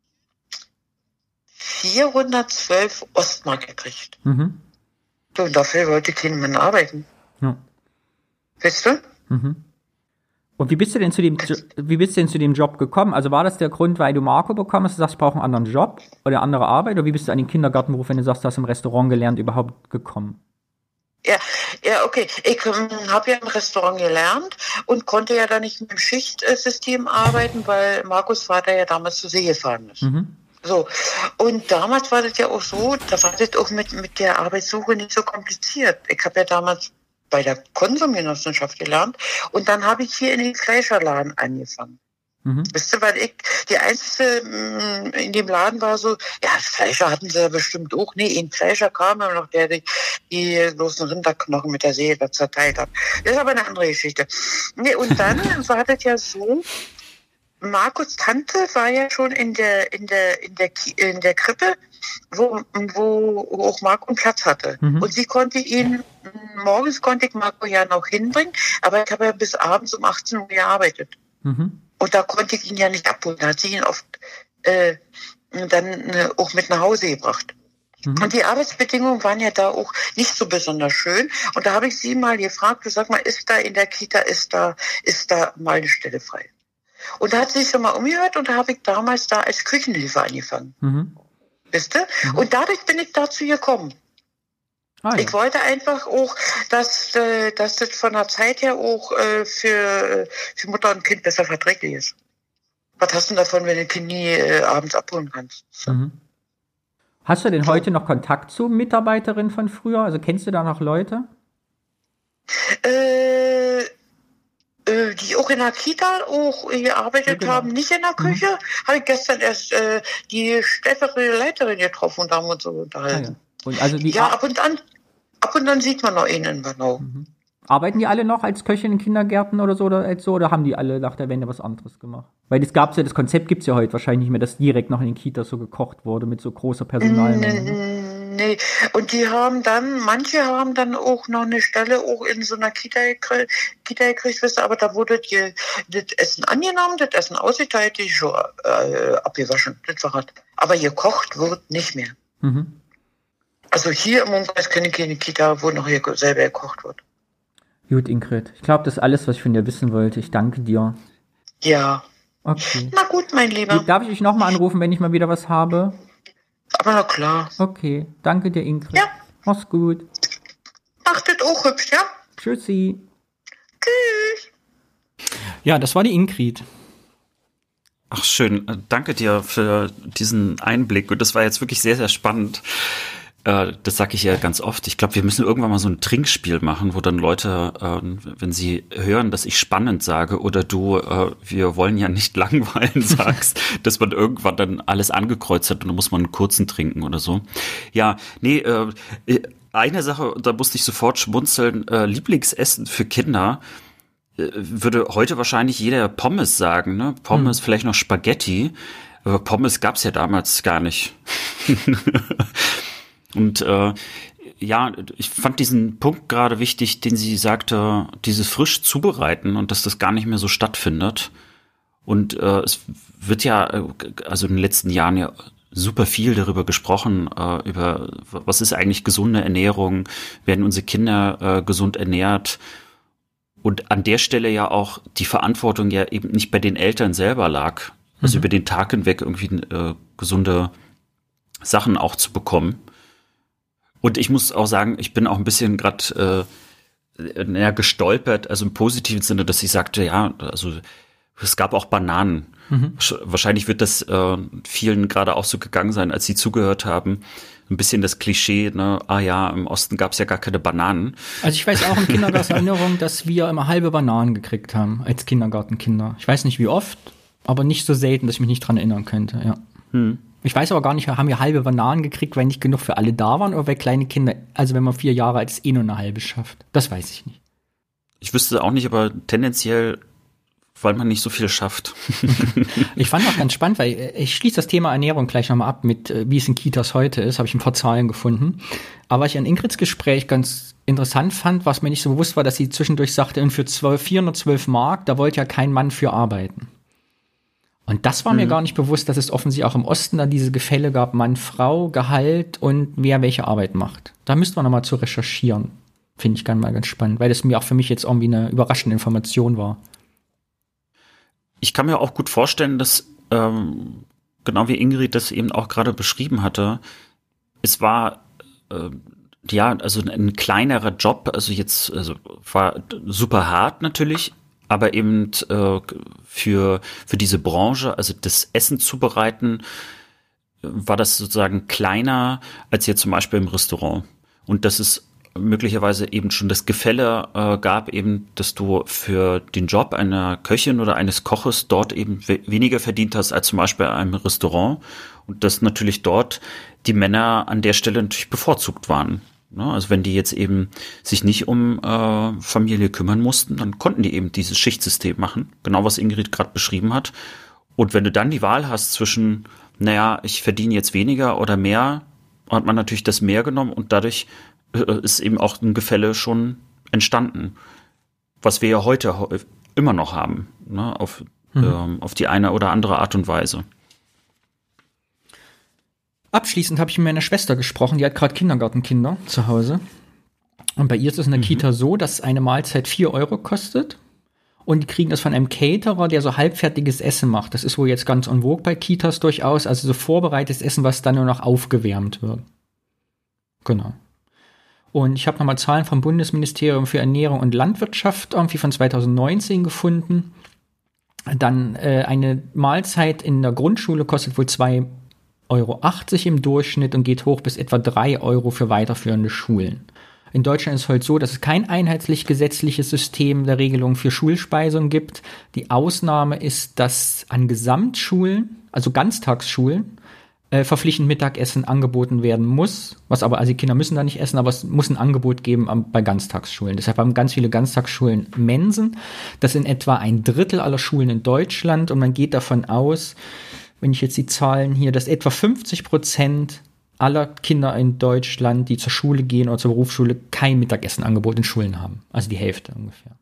412 Ostmark gekriegt. Mhm. Und dafür wollte kein Mann arbeiten. Ja. Weißt du? Mhm. Und wie bist du denn zu dem Job gekommen? Also war das der Grund, weil du Marco bekommen hast, du sagst, ich brauche einen anderen Job oder andere Arbeit? Oder wie bist du an den Kindergartenberuf, wenn du sagst, du hast im Restaurant gelernt, überhaupt gekommen? Ja, okay. Ich habe ja im Restaurant gelernt und konnte ja dann nicht mit dem Schichtsystem arbeiten, weil Markus Vater ja damals zur See gefahren ist. Mhm. So, und damals war das ja auch so, da war das auch mit der Arbeitssuche nicht so kompliziert. Ich habe ja damals bei der Konsumgenossenschaft gelernt und dann habe ich hier in den Fleischerladen angefangen. Mhm. Wisst ihr, weil die Einzige in dem Laden war so, ja, Fleischer hatten sie ja bestimmt auch. Nee, ein Fleischer kam immer noch, der die bloßen Rinderknochen mit der Säge zerteilt hat. Das ist aber eine andere Geschichte. Nee, und dann war das ja so, Markus' Tante war ja schon in der Krippe, wo auch Marco einen Platz hatte. Mhm. Und sie morgens konnte ich Marco ja noch hinbringen, aber ich habe ja bis abends um 18 Uhr gearbeitet. Mhm. Und da konnte ich ihn ja nicht abholen. Da hat sie ihn oft dann auch mit nach Hause gebracht. Mhm. Und die Arbeitsbedingungen waren ja da auch nicht so besonders schön. Und da habe ich sie mal gefragt, du sag mal, ist da in der Kita, ist da mal eine Stelle frei? Und da hat sie sich schon mal umgehört und da habe ich damals da als Küchenhilfe angefangen. Mhm. Wisst ihr? Mhm. Und dadurch bin ich dazu gekommen. Ah, ja. Ich wollte einfach auch, dass das von der Zeit her auch für Mutter und Kind besser verträglich ist. Was hast du davon, wenn du ein Kind nie abends abholen kannst? So. Mhm. Hast du denn heute noch Kontakt zu Mitarbeiterinnen von früher? Also kennst du da noch Leute? Die auch in der Kita auch gearbeitet haben, nicht in der Küche, habe ich gestern erst die stellvertretende Leiterin getroffen und haben uns so unterhalten. Ah, ja. Und also ab und an sieht man noch einen in Bernau. Mhm. Arbeiten die alle noch als Köchin in Kindergärten oder so oder haben die alle nach der Wende was anderes gemacht? Weil das Konzept gibt's ja heute wahrscheinlich nicht mehr, dass direkt noch in den Kitas so gekocht wurde mit so großer Personalmenge. Nee, und manche haben dann auch noch eine Stelle auch in so einer Kita gekriegt, wisst ihr, aber da wurde das Essen angenommen, das Essen ausgeteilt, die schon abgewaschen, das war halt. Aber gekocht wird nicht mehr. Mhm. Also hier im Umkreis kenne ich keine Kita, wo noch hier selber gekocht wird. Gut, Ingrid. Ich glaube, das ist alles, was ich von dir wissen wollte. Ich danke dir. Ja. Okay. Na gut, mein Lieber. Darf ich dich nochmal anrufen, wenn ich mal wieder was habe? Aber na klar. Okay. Danke dir, Ingrid. Ja. Mach's gut. Macht das auch hübsch, ja? Tschüssi. Tschüss. Ja, das war die Ingrid. Ach, schön. Danke dir für diesen Einblick. Und das war jetzt wirklich sehr, sehr spannend. Das sage ich ja ganz oft. Ich glaube, wir müssen irgendwann mal so ein Trinkspiel machen, wo dann Leute, wenn sie hören, dass ich spannend sage oder du, wir wollen ja nicht langweilen sagst, dass man irgendwann dann alles angekreuzt hat und dann muss man einen kurzen trinken oder so. Ja, nee, eine Sache, da musste ich sofort schmunzeln, Lieblingsessen für Kinder, würde heute wahrscheinlich jeder Pommes sagen, ne? Pommes, vielleicht noch Spaghetti, aber Pommes gab's ja damals gar nicht. Und ja, ich fand diesen Punkt gerade wichtig, den sie sagte, dieses frisch zubereiten und dass das gar nicht mehr so stattfindet. Und es wird ja, also in den letzten Jahren ja super viel darüber gesprochen, über was ist eigentlich gesunde Ernährung, werden unsere Kinder gesund ernährt. Und an der Stelle ja auch die Verantwortung ja eben nicht bei den Eltern selber lag, also über den Tag hinweg irgendwie gesunde Sachen auch zu bekommen. Und ich muss auch sagen, ich bin auch ein bisschen gerade gestolpert, also im positiven Sinne, dass ich sagte, ja, also es gab auch Bananen. Wahrscheinlich wird das vielen gerade auch so gegangen sein, als sie zugehört haben. Ein bisschen das Klischee, ne? Ah ja, im Osten gab es ja gar keine Bananen. Also ich weiß auch im Kindergartenerinnerung, dass wir immer halbe Bananen gekriegt haben als Kindergartenkinder. Ich weiß nicht wie oft, aber nicht so selten, dass ich mich nicht dran erinnern könnte, ja. Ich weiß aber gar nicht, haben wir halbe Bananen gekriegt, weil nicht genug für alle da waren oder weil kleine Kinder, also wenn man 4 Jahre alt ist, nur eine halbe schafft. Das weiß ich nicht. Ich wüsste auch nicht, aber tendenziell, weil man nicht so viel schafft. Ich fand auch ganz spannend, weil ich schließe das Thema Ernährung gleich nochmal ab mit, wie es in Kitas heute ist, habe ich ein paar Zahlen gefunden. Aber was ich an Ingrids Gespräch ganz interessant fand, was mir nicht so bewusst war, dass sie zwischendurch sagte, und für 412 Mark, da wollte ja kein Mann für arbeiten. Und das war mir gar nicht bewusst, dass es offensichtlich auch im Osten da diese Gefälle gab, Mann, Frau, Gehalt und wer welche Arbeit macht. Da müsste man nochmal zu recherchieren. Finde ich mal ganz spannend, weil das mir auch für mich jetzt irgendwie eine überraschende Information war. Ich kann mir auch gut vorstellen, dass, genau wie Ingrid das eben auch gerade beschrieben hatte, es war, also ein kleinerer Job, also war super hart natürlich, aber eben für diese Branche, also das Essen zubereiten, war das sozusagen kleiner als jetzt zum Beispiel im Restaurant. Und das ist möglicherweise eben schon das Gefälle gab, eben, dass du für den Job einer Köchin oder eines Koches dort eben weniger verdient hast als zum Beispiel in einem Restaurant und dass natürlich dort die Männer an der Stelle natürlich bevorzugt waren. Ne? Also wenn die jetzt eben sich nicht um Familie kümmern mussten, dann konnten die eben dieses Schichtsystem machen, genau was Ingrid gerade beschrieben hat. Und wenn du dann die Wahl hast zwischen, naja, ich verdiene jetzt weniger oder mehr, hat man natürlich das mehr genommen und dadurch ist eben auch ein Gefälle schon entstanden, was wir ja heute immer noch haben, ne, auf die eine oder andere Art und Weise. Abschließend habe ich mit meiner Schwester gesprochen, die hat gerade Kindergartenkinder zu Hause. Und bei ihr ist es in der Kita so, dass eine Mahlzeit 4 Euro kostet. Und die kriegen das von einem Caterer, der so halbfertiges Essen macht. Das ist wohl jetzt ganz en vogue bei Kitas durchaus. Also so vorbereitetes Essen, was dann nur noch aufgewärmt wird. Genau. Und ich habe nochmal Zahlen vom Bundesministerium für Ernährung und Landwirtschaft irgendwie von 2019 gefunden. Dann eine Mahlzeit in der Grundschule kostet wohl 2,80 Euro im Durchschnitt und geht hoch bis etwa 3 Euro für weiterführende Schulen. In Deutschland ist es halt so, dass es kein einheitlich gesetzliches System der Regelung für Schulspeisung gibt. Die Ausnahme ist, dass an Gesamtschulen, also Ganztagsschulen, verpflichtend Mittagessen angeboten werden muss. Was aber, also die Kinder müssen da nicht essen, aber es muss ein Angebot geben bei Ganztagsschulen. Deshalb haben ganz viele Ganztagsschulen Mensen. Das sind etwa 1/3 aller Schulen in Deutschland und man geht davon aus, wenn ich jetzt die Zahlen hier, dass etwa 50% aller Kinder in Deutschland, die zur Schule gehen oder zur Berufsschule, kein Mittagessenangebot in Schulen haben. Also die Hälfte ungefähr.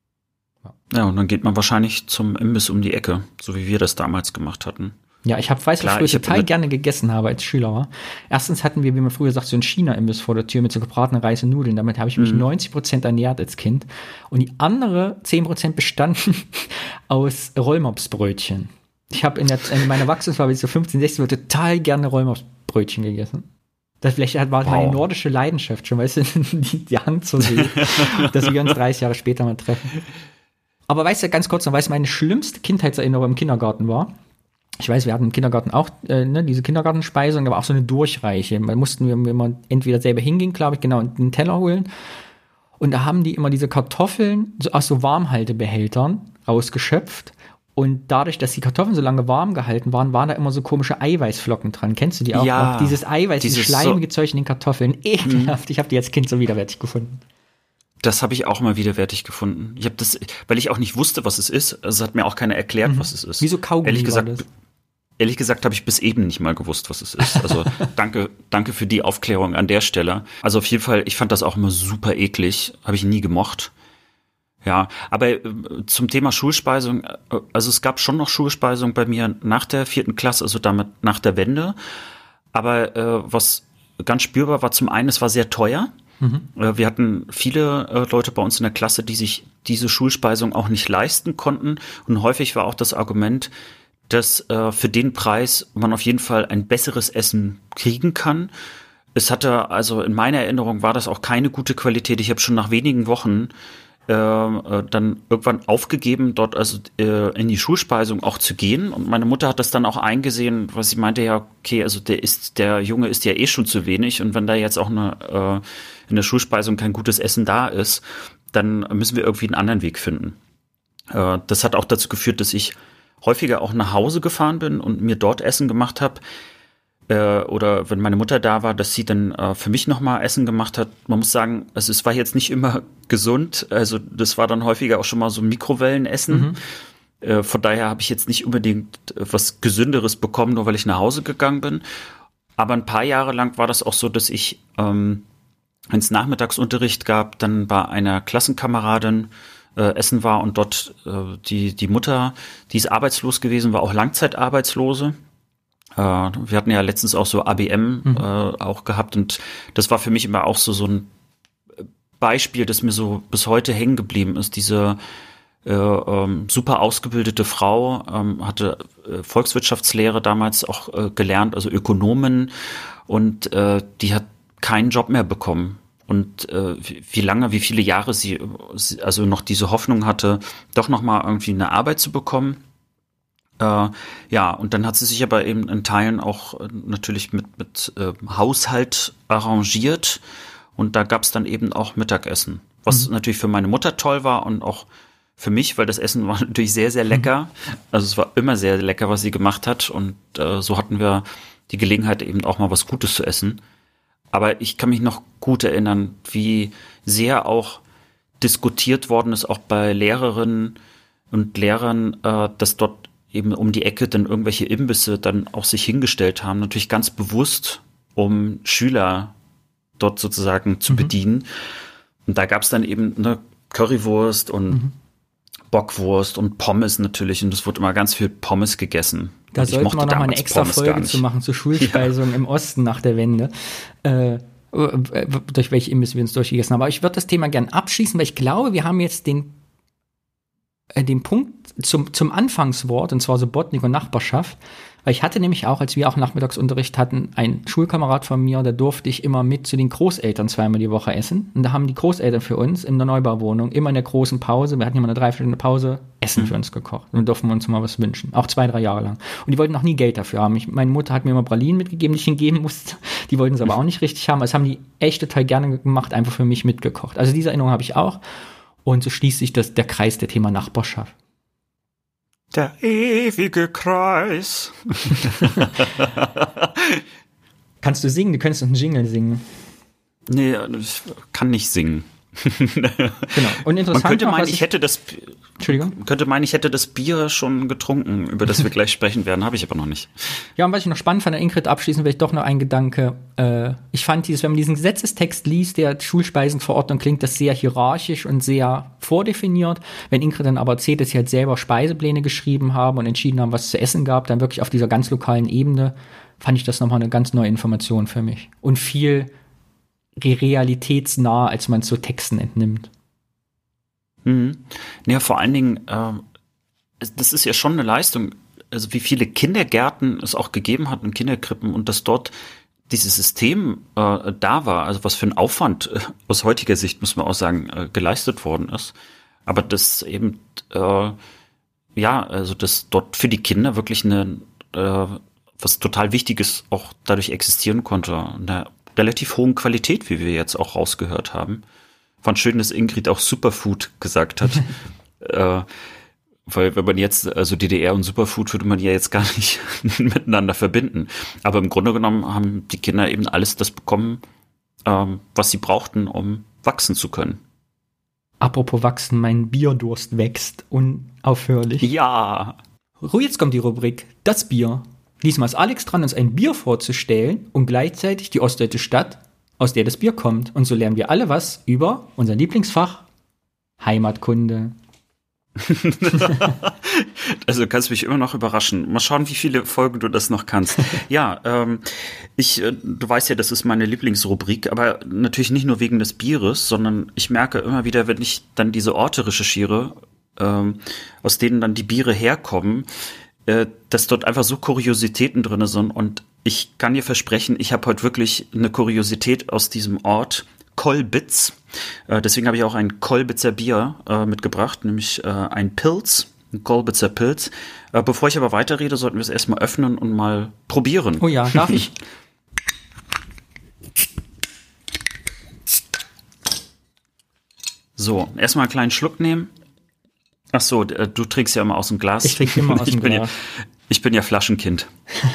Ja, und dann geht man wahrscheinlich zum Imbiss um die Ecke, so wie wir das damals gemacht hatten. Ja, ich weiß, was ich total gerne gegessen habe als Schüler war. Erstens hatten wir, wie man früher sagt, so einen China-Imbiss vor der Tür mit so gebratenen Reis und Nudeln. Damit habe ich mich 90% ernährt als Kind. Und die andere 10% bestanden aus Rollmopsbrötchen. Ich habe in meiner Erwachsenenphase, so 15, 16, total gerne Rollmopsbrötchen gegessen. Das vielleicht war meine nordische Leidenschaft schon, weißt du, die Hand zu sehen, dass wir uns 30 Jahre später mal treffen. Aber weißt du, ganz kurz noch, weißt du, meine schlimmste Kindheitserinnerung im Kindergarten war, ich weiß, wir hatten im Kindergarten auch diese Kindergartenspeisung, aber auch so eine Durchreiche. Da mussten wir immer entweder selber hingehen, glaube ich, genau, und einen Teller holen. Und da haben die immer diese Kartoffeln aus so Warmhaltebehältern rausgeschöpft. Und dadurch, dass die Kartoffeln so lange warm gehalten waren, waren da immer so komische Eiweißflocken dran. Kennst du die auch? Ja. Noch? Dieses Eiweiß, dieses schleimige Zeug in den Kartoffeln. Ekelhaft. Ich habe die als Kind so widerwärtig gefunden. Das habe ich auch mal widerwärtig gefunden. Ich habe das, weil ich auch nicht wusste, was es ist. Also hat mir auch keiner erklärt, was es ist. Wie so Kaugummi Ehrlich gesagt habe ich bis eben nicht mal gewusst, was es ist. Also danke für die Aufklärung an der Stelle. Also auf jeden Fall, ich fand das auch immer super eklig. Habe ich nie gemocht. Ja, aber zum Thema Schulspeisung, also es gab schon noch Schulspeisung bei mir nach der 4. Klasse, also damit nach der Wende. Aber was ganz spürbar war, zum einen, es war sehr teuer. Wir hatten viele Leute bei uns in der Klasse, die sich diese Schulspeisung auch nicht leisten konnten. Und häufig war auch das Argument, dass für den Preis man auf jeden Fall ein besseres Essen kriegen kann. Es hatte, also in meiner Erinnerung war das auch keine gute Qualität. Ich habe schon nach wenigen Wochen dann irgendwann aufgegeben, dort also in die Schulspeisung auch zu gehen. Und meine Mutter hat das dann auch eingesehen, weil sie meinte, ja, okay, also der Junge isst ja eh schon zu wenig. Und wenn da jetzt auch in der Schulspeisung kein gutes Essen da ist, dann müssen wir irgendwie einen anderen Weg finden. Das hat auch dazu geführt, dass ich häufiger auch nach Hause gefahren bin und mir dort Essen gemacht habe. Oder wenn meine Mutter da war, dass sie dann für mich nochmal Essen gemacht hat. Man muss sagen, also es war jetzt nicht immer gesund. Also das war dann häufiger auch schon mal so Mikrowellenessen. Von daher habe ich jetzt nicht unbedingt was Gesünderes bekommen, nur weil ich nach Hause gegangen bin. Aber ein paar Jahre lang war das auch so, dass ich, wenn es Nachmittagsunterricht gab, dann bei einer Klassenkameradin essen war und dort die Mutter, die ist arbeitslos gewesen, war auch Langzeitarbeitslose. Wir hatten ja letztens auch so ABM auch gehabt und das war für mich immer auch so ein Beispiel, das mir so bis heute hängen geblieben ist. Diese super ausgebildete Frau hatte Volkswirtschaftslehre damals auch gelernt, also Ökonomin, und die hat keinen Job mehr bekommen. Und wie viele Jahre sie also noch diese Hoffnung hatte, doch noch mal irgendwie eine Arbeit zu bekommen. Ja, und dann hat sie sich aber eben in Teilen auch natürlich mit Haushalt arrangiert und da gab es dann eben auch Mittagessen, was natürlich für meine Mutter toll war und auch für mich, weil das Essen war natürlich sehr, sehr lecker. Also es war immer sehr lecker, was sie gemacht hat und so hatten wir die Gelegenheit eben auch mal was Gutes zu essen. Aber ich kann mich noch gut erinnern, wie sehr auch diskutiert worden ist, auch bei Lehrerinnen und Lehrern, dass dort eben um die Ecke dann irgendwelche Imbisse dann auch sich hingestellt haben, natürlich ganz bewusst, um Schüler dort sozusagen zu bedienen. Und da gab es dann eben eine Currywurst und Bockwurst und Pommes natürlich und es wurde immer ganz viel Pommes gegessen. Da sollten wir noch mal eine extra Folge zu machen, zur Schulspeisung im Osten nach der Wende. Durch welche Imbiss wir uns durchgegessen haben. Aber ich würde das Thema gern abschließen, weil ich glaube, wir haben jetzt den Punkt zum Anfangswort, und zwar Subotnik und Nachbarschaft, weil ich hatte nämlich auch, als wir auch Nachmittagsunterricht hatten, einen Schulkamerad von mir, da durfte ich immer mit zu den Großeltern zweimal die Woche essen. Und da haben die Großeltern für uns in der Neubauwohnung immer in der großen Pause, wir hatten immer eine 3-Stunden Pause, Essen für uns gekocht. Und dann durften wir uns mal was wünschen. Auch 2-3 Jahre lang. Und die wollten noch nie Geld dafür haben. Meine Mutter hat mir immer Pralinen mitgegeben, die ich ihnen geben musste. Die wollten es aber auch nicht richtig haben. Das haben die echt total gerne gemacht, einfach für mich mitgekocht. Also diese Erinnerung habe ich auch. Und so schließt sich der Kreis der Thema Nachbarschaft. Der ewige Kreis. Kannst du singen? Du könntest einen Jingle singen. Nee, ich kann nicht singen. Genau. Und interessant Man könnte meinen, ich hätte das Bier schon getrunken, über das wir gleich sprechen werden, habe ich aber noch nicht. Ja, und was ich noch spannend fand, der Ingrid abschließend, vielleicht doch noch ein Gedanke. Ich fand wenn man diesen Gesetzestext liest, der Schulspeisenverordnung, klingt das sehr hierarchisch und sehr vordefiniert. Wenn Ingrid dann aber erzählt, dass sie halt selber Speisepläne geschrieben haben und entschieden haben, was es zu essen gab, dann wirklich auf dieser ganz lokalen Ebene, fand ich das nochmal eine ganz neue Information für mich. Und viel realitätsnah, als man es so Texten entnimmt. Ja, vor allen Dingen, das ist ja schon eine Leistung, also wie viele Kindergärten es auch gegeben hat und Kinderkrippen und dass dort dieses System da war, also was für ein Aufwand aus heutiger Sicht, muss man auch sagen, geleistet worden ist. Aber das eben, also dass dort für die Kinder wirklich was total Wichtiges auch dadurch existieren konnte. Eine relativ hohen Qualität, wie wir jetzt auch rausgehört haben. Fand schön, dass Ingrid auch Superfood gesagt hat. Weil wenn man jetzt, also DDR und Superfood würde man ja jetzt gar nicht miteinander verbinden. Aber im Grunde genommen haben die Kinder eben alles das bekommen, was sie brauchten, um wachsen zu können. Apropos wachsen, mein Bierdurst wächst unaufhörlich. Ja. Jetzt kommt die Rubrik Das Bier. Diesmal ist Alex dran, uns ein Bier vorzustellen und gleichzeitig die ostdeutsche Stadt, aus der das Bier kommt. Und so lernen wir alle was über unser Lieblingsfach Heimatkunde. Also du kannst mich immer noch überraschen. Mal schauen, wie viele Folgen du das noch kannst. Ja, du weißt ja, das ist meine Lieblingsrubrik, aber natürlich nicht nur wegen des Bieres, sondern ich merke immer wieder, wenn ich dann diese Orte recherchiere, aus denen dann die Biere herkommen, dass dort einfach so Kuriositäten drin sind. Und ich kann dir versprechen, ich habe heute wirklich eine Kuriosität aus diesem Ort Kolbitz. Deswegen habe ich auch ein Kolbitzer Bier mitgebracht, nämlich ein Pilz, ein Kolbitzer Pilz. Bevor ich aber weiterrede, sollten wir es erstmal öffnen und mal probieren. Oh ja, darf ich? So, erstmal einen kleinen Schluck nehmen. Ach so, du trinkst ja immer aus dem Glas. Ich trinke immer aus dem Glas. Ich bin ja Flaschenkind.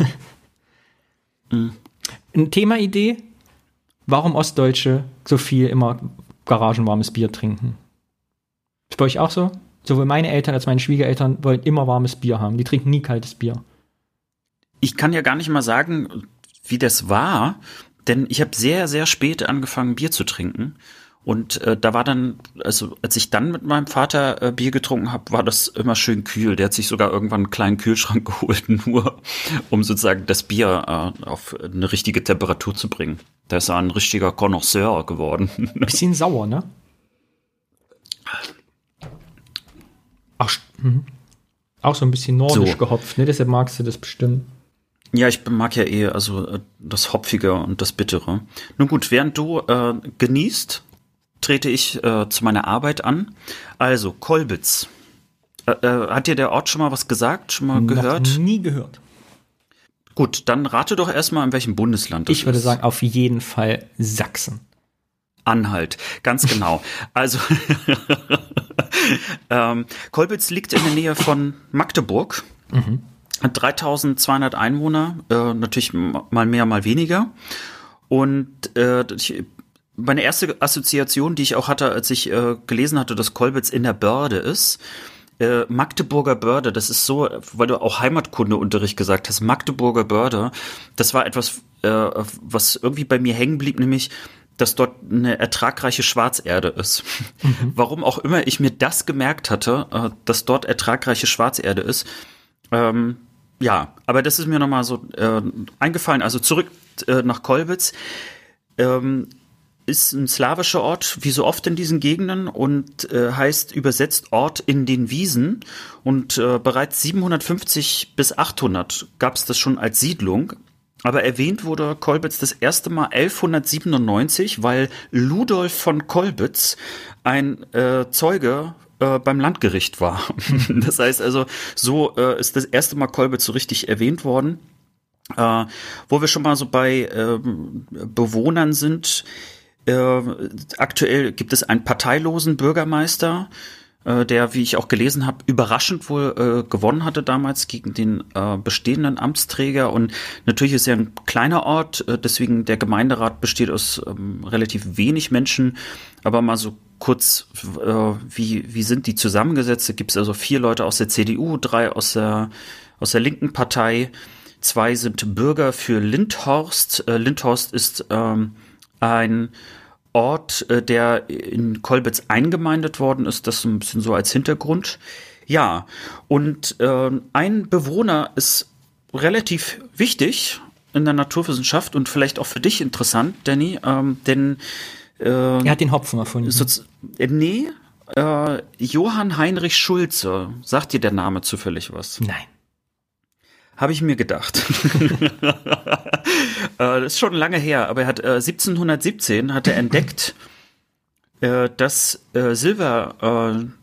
Eine Themaidee? Warum Ostdeutsche so viel immer garagenwarmes Bier trinken? Ist bei euch auch so? Sowohl meine Eltern als meine Schwiegereltern wollen immer warmes Bier haben. Die trinken nie kaltes Bier. Ich kann ja gar nicht mal sagen, wie das war, denn ich habe sehr, sehr spät angefangen, Bier zu trinken. Und da war dann, also als ich dann mit meinem Vater Bier getrunken habe, war das immer schön kühl. Der hat sich sogar irgendwann einen kleinen Kühlschrank geholt, nur um sozusagen das Bier auf eine richtige Temperatur zu bringen. Da ist er ein richtiger Connoisseur geworden. Bisschen sauer, ne? Auch so ein bisschen nordisch gehopft, ne? Deshalb magst du das bestimmt. Ja, ich mag ja also das Hopfige und das Bittere. Nun gut, während du genießt, trete ich zu meiner Arbeit an. Also, Kolbitz. Hat dir der Ort schon mal was gesagt? Schon mal gehört? Noch nie gehört. Gut, dann rate doch erstmal, in welchem Bundesland das ist. Ich würde sagen, auf jeden Fall Sachsen. Anhalt, ganz genau. Also, Kolbitz liegt in der Nähe von Magdeburg. Hat 3200 Einwohner, natürlich mal mehr, mal weniger. Und meine erste Assoziation, die ich auch hatte, als ich gelesen hatte, dass Kolbitz in der Börde ist, Magdeburger Börde, das ist so, weil du auch Heimatkundeunterricht gesagt hast, Magdeburger Börde, das war etwas, was irgendwie bei mir hängen blieb, nämlich, dass dort eine ertragreiche Schwarzerde ist. Warum auch immer ich mir das gemerkt hatte, dass dort ertragreiche Schwarzerde ist. Ja, aber das ist mir nochmal so eingefallen. Also zurück nach Kolbitz. Ist ein slawischer Ort, wie so oft in diesen Gegenden, und heißt übersetzt Ort in den Wiesen. Und bereits 750 bis 800 gab es das schon als Siedlung. Aber erwähnt wurde Kolbitz das erste Mal 1197, weil Ludolf von Kolbitz ein Zeuge beim Landgericht war. Das heißt also, so ist das erste Mal Kolbitz so richtig erwähnt worden. Wo wir schon mal so bei Bewohnern sind, aktuell gibt es einen parteilosen Bürgermeister, der, wie ich auch gelesen habe, überraschend wohl gewonnen hatte damals gegen den bestehenden Amtsträger. Und natürlich ist er ein kleiner Ort, deswegen der Gemeinderat besteht aus relativ wenig Menschen. Aber mal so kurz, wie sind die zusammengesetzt? Da gibt es also 4 Leute aus der CDU, 3 aus der linken Partei, 2 sind Bürger für Lindhorst. Lindhorst ist ein Ort, der in Kolbitz eingemeindet worden ist, das ein bisschen so als Hintergrund. Ja, und ein Bewohner ist relativ wichtig in der Naturwissenschaft und vielleicht auch für dich interessant, Danny, denn er hat den Hopfen erfunden. Nee, Johann Heinrich Schulze. Sagt dir der Name zufällig was? Nein. Habe ich mir gedacht. Das ist schon lange her, aber er hat 1717 hat er entdeckt, dass Silbersalze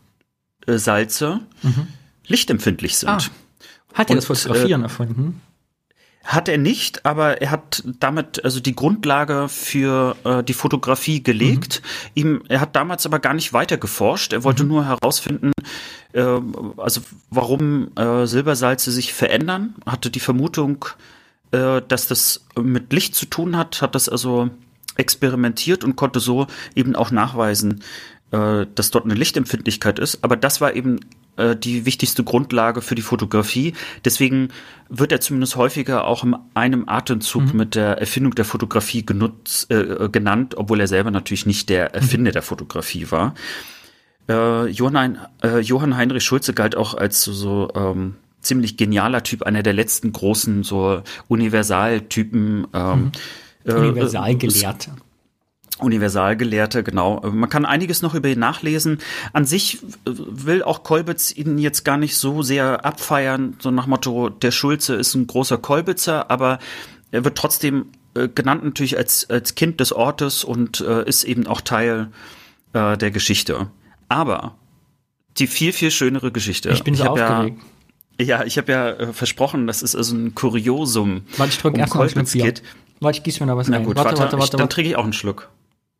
lichtempfindlich sind. Hat er das Fotografieren erfunden? Hat er nicht, aber er hat damit also die Grundlage für die Fotografie gelegt. Er hat damals aber gar nicht weiter geforscht. Er wollte nur herausfinden, also warum Silbersalze sich verändern. Hatte die Vermutung, dass das mit Licht zu tun hat das also experimentiert und konnte so eben auch nachweisen, dass dort eine Lichtempfindlichkeit ist. Aber das war eben die wichtigste Grundlage für die Fotografie. Deswegen wird er zumindest häufiger auch in einem Atemzug mit der Erfindung der Fotografie genannt, obwohl er selber natürlich nicht der Erfinder der Fotografie war. Johann Heinrich Schulze galt auch als so ziemlich genialer Typ, einer der letzten großen so Universaltypen. Universalgelehrte. Universalgelehrte, genau. Man kann einiges noch über ihn nachlesen. An sich will auch Kolbitz ihn jetzt gar nicht so sehr abfeiern, so nach Motto, der Schulze ist ein großer Kolbitzer, aber er wird trotzdem genannt natürlich als Kind des Ortes und ist eben auch Teil der Geschichte. Aber die viel, viel schönere Geschichte. Ich bin so aufgeregt. Ich habe ja versprochen, das ist also ein Kuriosum. Warte, ich trinke erstmal einen Schluck Bier. Warte, ich gieße mir noch was rein. Na gut, warte. Dann trinke ich auch einen Schluck.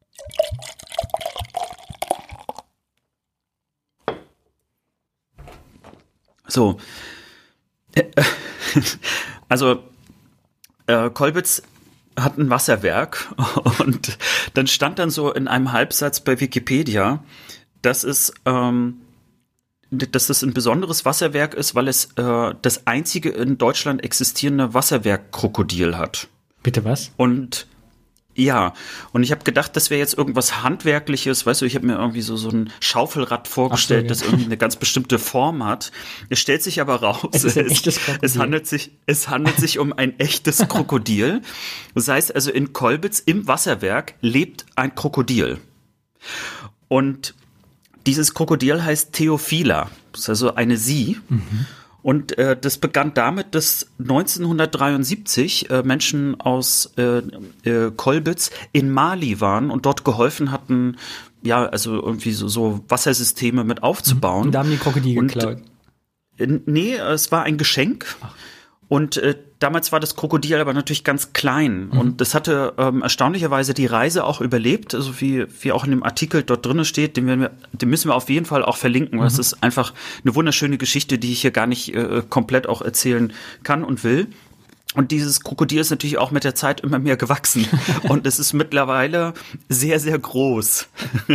So. Also, Kolbitz hat ein Wasserwerk und dann stand dann so in einem Halbsatz bei Wikipedia, dass es ein besonderes Wasserwerk ist, weil es das einzige in Deutschland existierende Wasserwerk-Krokodil hat. Bitte was? Und ich habe gedacht, das wäre jetzt irgendwas Handwerkliches, weißt du, ich habe mir irgendwie so ein Schaufelrad vorgestellt, das irgendwie eine ganz bestimmte Form hat. Es stellt sich aber raus, es handelt sich um ein echtes Krokodil. Das heißt also, in Kolbitz im Wasserwerk lebt ein Krokodil. Und dieses Krokodil heißt Theophila, das ist also eine Sie. Mhm. Und das begann damit, dass 1973 Menschen aus Kolbitz in Mali waren und dort geholfen hatten, ja, also irgendwie so Wassersysteme mit aufzubauen. Und da haben die Krokodile geklaut. Nee, es war ein Geschenk. Ach. Und damals war das Krokodil aber natürlich ganz klein. Mhm. Und das hatte erstaunlicherweise die Reise auch überlebt, also wie auch in dem Artikel dort drin steht, den müssen wir auf jeden Fall auch verlinken, weil es ist einfach eine wunderschöne Geschichte, die ich hier gar nicht komplett auch erzählen kann und will. Und dieses Krokodil ist natürlich auch mit der Zeit immer mehr gewachsen. Und es ist mittlerweile sehr, sehr groß.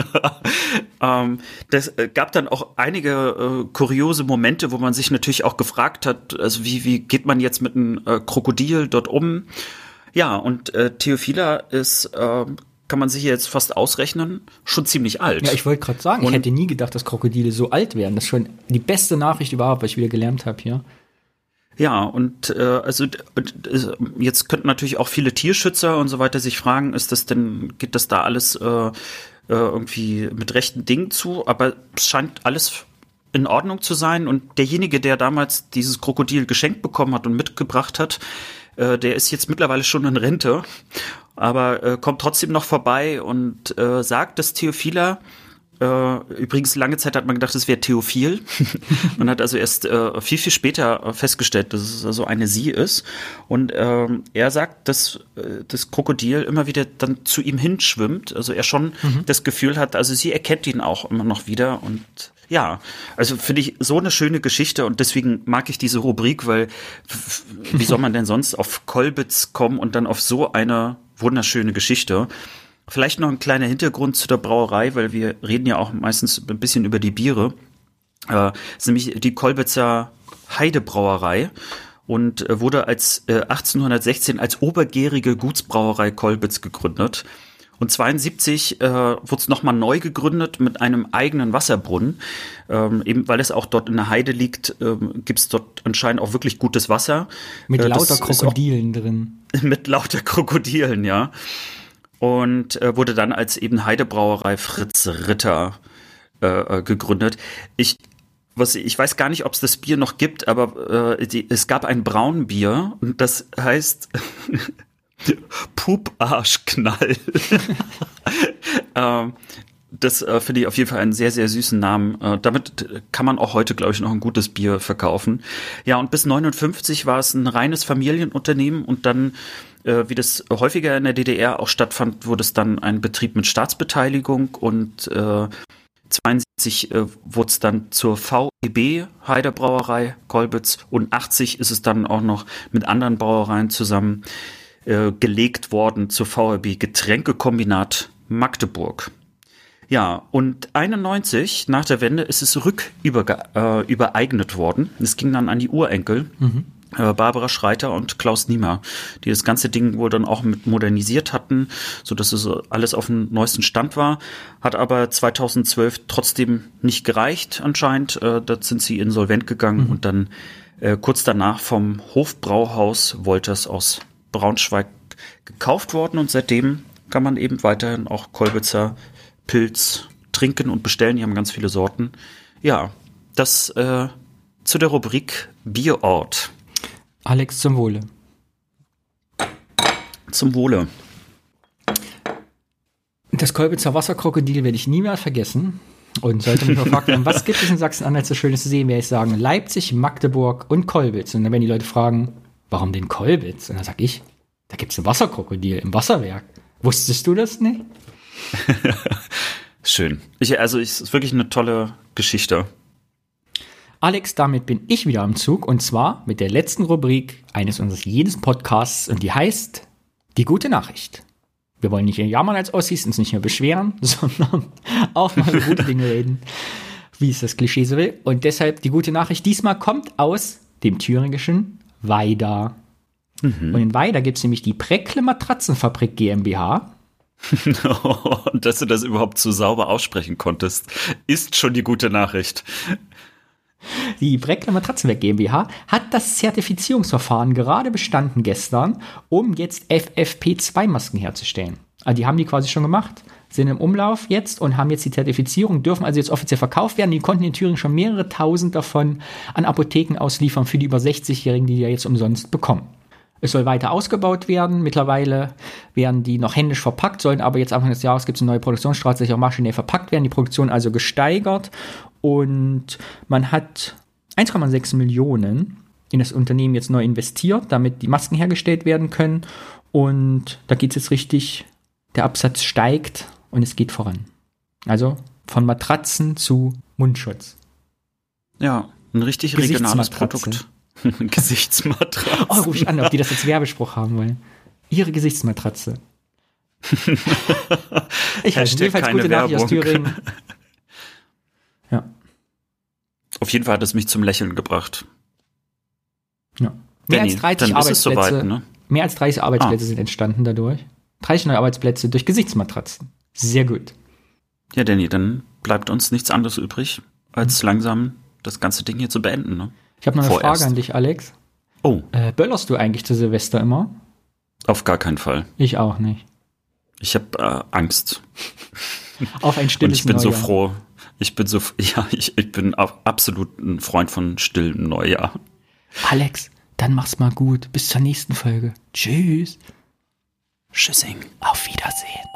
Das gab dann auch einige kuriose Momente, wo man sich natürlich auch gefragt hat, also wie geht man jetzt mit einem Krokodil dort um? Ja, und Theophila ist, kann man sich jetzt fast ausrechnen, schon ziemlich alt. Ja, ich wollte gerade sagen, ich hätte nie gedacht, dass Krokodile so alt wären. Das ist schon die beste Nachricht überhaupt, was ich wieder gelernt habe hier. Ja, und also jetzt könnten natürlich auch viele Tierschützer und so weiter sich fragen, geht das da alles irgendwie mit rechten Dingen zu? Aber es scheint alles in Ordnung zu sein. Und derjenige, der damals dieses Krokodil geschenkt bekommen hat und mitgebracht hat, der ist jetzt mittlerweile schon in Rente, aber kommt trotzdem noch vorbei und sagt, dass Theophila, übrigens, lange Zeit hat man gedacht, es wäre Theophil. Man hat also erst viel, viel später festgestellt, dass es also eine Sie ist. Und er sagt, dass das Krokodil immer wieder dann zu ihm hinschwimmt. Also er schon das Gefühl hat, also sie erkennt ihn auch immer noch wieder. Und ja, also finde ich so eine schöne Geschichte und deswegen mag ich diese Rubrik, weil wie soll man denn sonst auf Kolbitz kommen und dann auf so eine wunderschöne Geschichte? Vielleicht noch ein kleiner Hintergrund zu der Brauerei, weil wir reden ja auch meistens ein bisschen über die Biere. Ist nämlich die Kolbitzer Heidebrauerei und wurde 1816 als obergärige Gutsbrauerei Kolbitz gegründet. Und 72 wurde es nochmal neu gegründet mit einem eigenen Wasserbrunnen. Eben weil es auch dort in der Heide liegt, gibt es dort anscheinend auch wirklich gutes Wasser. Mit lauter Krokodilen drin. Mit lauter Krokodilen, ja. Und wurde dann als eben Heidebrauerei Fritz Ritter gegründet. Ich weiß gar nicht, ob es das Bier noch gibt, aber es gab ein Braunbier und das heißt Pup-Arschknall. Das finde ich auf jeden Fall einen sehr, sehr süßen Namen. Damit kann man auch heute, glaube ich, noch ein gutes Bier verkaufen. Ja, und bis 59 war es ein reines Familienunternehmen und dann, wie das häufiger in der DDR auch stattfand, wurde es dann ein Betrieb mit Staatsbeteiligung und 72 wurde es dann zur VEB Heidebrauerei Kolbitz und 80 ist es dann auch noch mit anderen Brauereien zusammen gelegt worden zur VEB Getränkekombinat Magdeburg. Ja, und 91, nach der Wende, ist es übereignet worden. Es ging dann an die Urenkel. Barbara Schreiter und Klaus Niemer, die das ganze Ding wohl dann auch mit modernisiert hatten, so dass es alles auf dem neuesten Stand war, hat aber 2012 trotzdem nicht gereicht anscheinend. Da sind sie insolvent gegangen und dann kurz danach vom Hofbrauhaus Wolters aus Braunschweig gekauft worden und seitdem kann man eben weiterhin auch Kolbitzer Pilz trinken und bestellen. Die haben ganz viele Sorten. Ja, das zu der Rubrik Bierort. Alex, zum Wohle. Zum Wohle. Das Kolbitzer Wasserkrokodil werde ich nie mehr vergessen. Und sollte mich gefragt werden, was gibt es in Sachsen-Anhalt so Schönes zu sehen, werde ich sagen, Leipzig, Magdeburg und Kolbitz. Und dann werden die Leute fragen, warum denn Kolbitz? Und dann sage ich, da gibt es ein Wasserkrokodil im Wasserwerk. Wusstest du das nicht? Schön. Es ist wirklich eine tolle Geschichte. Alex, damit bin ich wieder am Zug und zwar mit der letzten Rubrik eines unseres jedes Podcasts und die heißt Die gute Nachricht. Wir wollen nicht jammern als Ossis, uns nicht mehr beschweren, sondern auch mal über gute Dinge reden, wie es das Klischee so will. Und deshalb die gute Nachricht diesmal kommt aus dem thüringischen Weida. Und in Weida gibt es nämlich die Präckle Matratzenfabrik GmbH. Und dass du das überhaupt so sauber aussprechen konntest, ist schon die gute Nachricht. Die Präckle Matratzenwerk GmbH hat das Zertifizierungsverfahren gerade bestanden gestern, um jetzt FFP2-Masken herzustellen. Also die haben die quasi schon gemacht, sind im Umlauf jetzt und haben jetzt die Zertifizierung, dürfen also jetzt offiziell verkauft werden. Die konnten in Thüringen schon mehrere tausend davon an Apotheken ausliefern für die über 60-Jährigen, die ja jetzt umsonst bekommen. Es soll weiter ausgebaut werden. Mittlerweile werden die noch händisch verpackt, sollen aber jetzt Anfang des Jahres gibt es eine neue Produktionsstraße, die auch maschinell verpackt werden. Die Produktion also gesteigert und man hat 1,6 Millionen in das Unternehmen jetzt neu investiert, damit die Masken hergestellt werden können. Und da geht es jetzt richtig, der Absatz steigt und es geht voran. Also von Matratzen zu Mundschutz. Ja, ein richtig regionales Produkt. Gesichtsmatratze. Oh, ruf ich an, ob die das als Werbespruch haben wollen. Ihre Gesichtsmatratze. Ich weiß jedenfalls gute Nachricht aus Thüringen. Ja. Auf jeden Fall hat es mich zum Lächeln gebracht. Ja. Mehr als 30 Arbeitsplätze, soweit, ne? Mehr als 30 Arbeitsplätze sind entstanden dadurch. 30 neue Arbeitsplätze durch Gesichtsmatratzen. Sehr gut. Ja, Danny, dann bleibt uns nichts anderes übrig, als langsam das ganze Ding hier zu beenden, ne? Ich habe noch eine Frage an dich, Alex. Oh. Böllerst du eigentlich zu Silvester immer? Auf gar keinen Fall. Ich auch nicht. Ich habe Angst. Auf ein stilles Und ich bin Neujahr. so froh. Ich bin absolut ein Freund von stillem Neujahr. Alex, dann mach's mal gut. Bis zur nächsten Folge. Tschüss. Tschüssing. Auf Wiedersehen.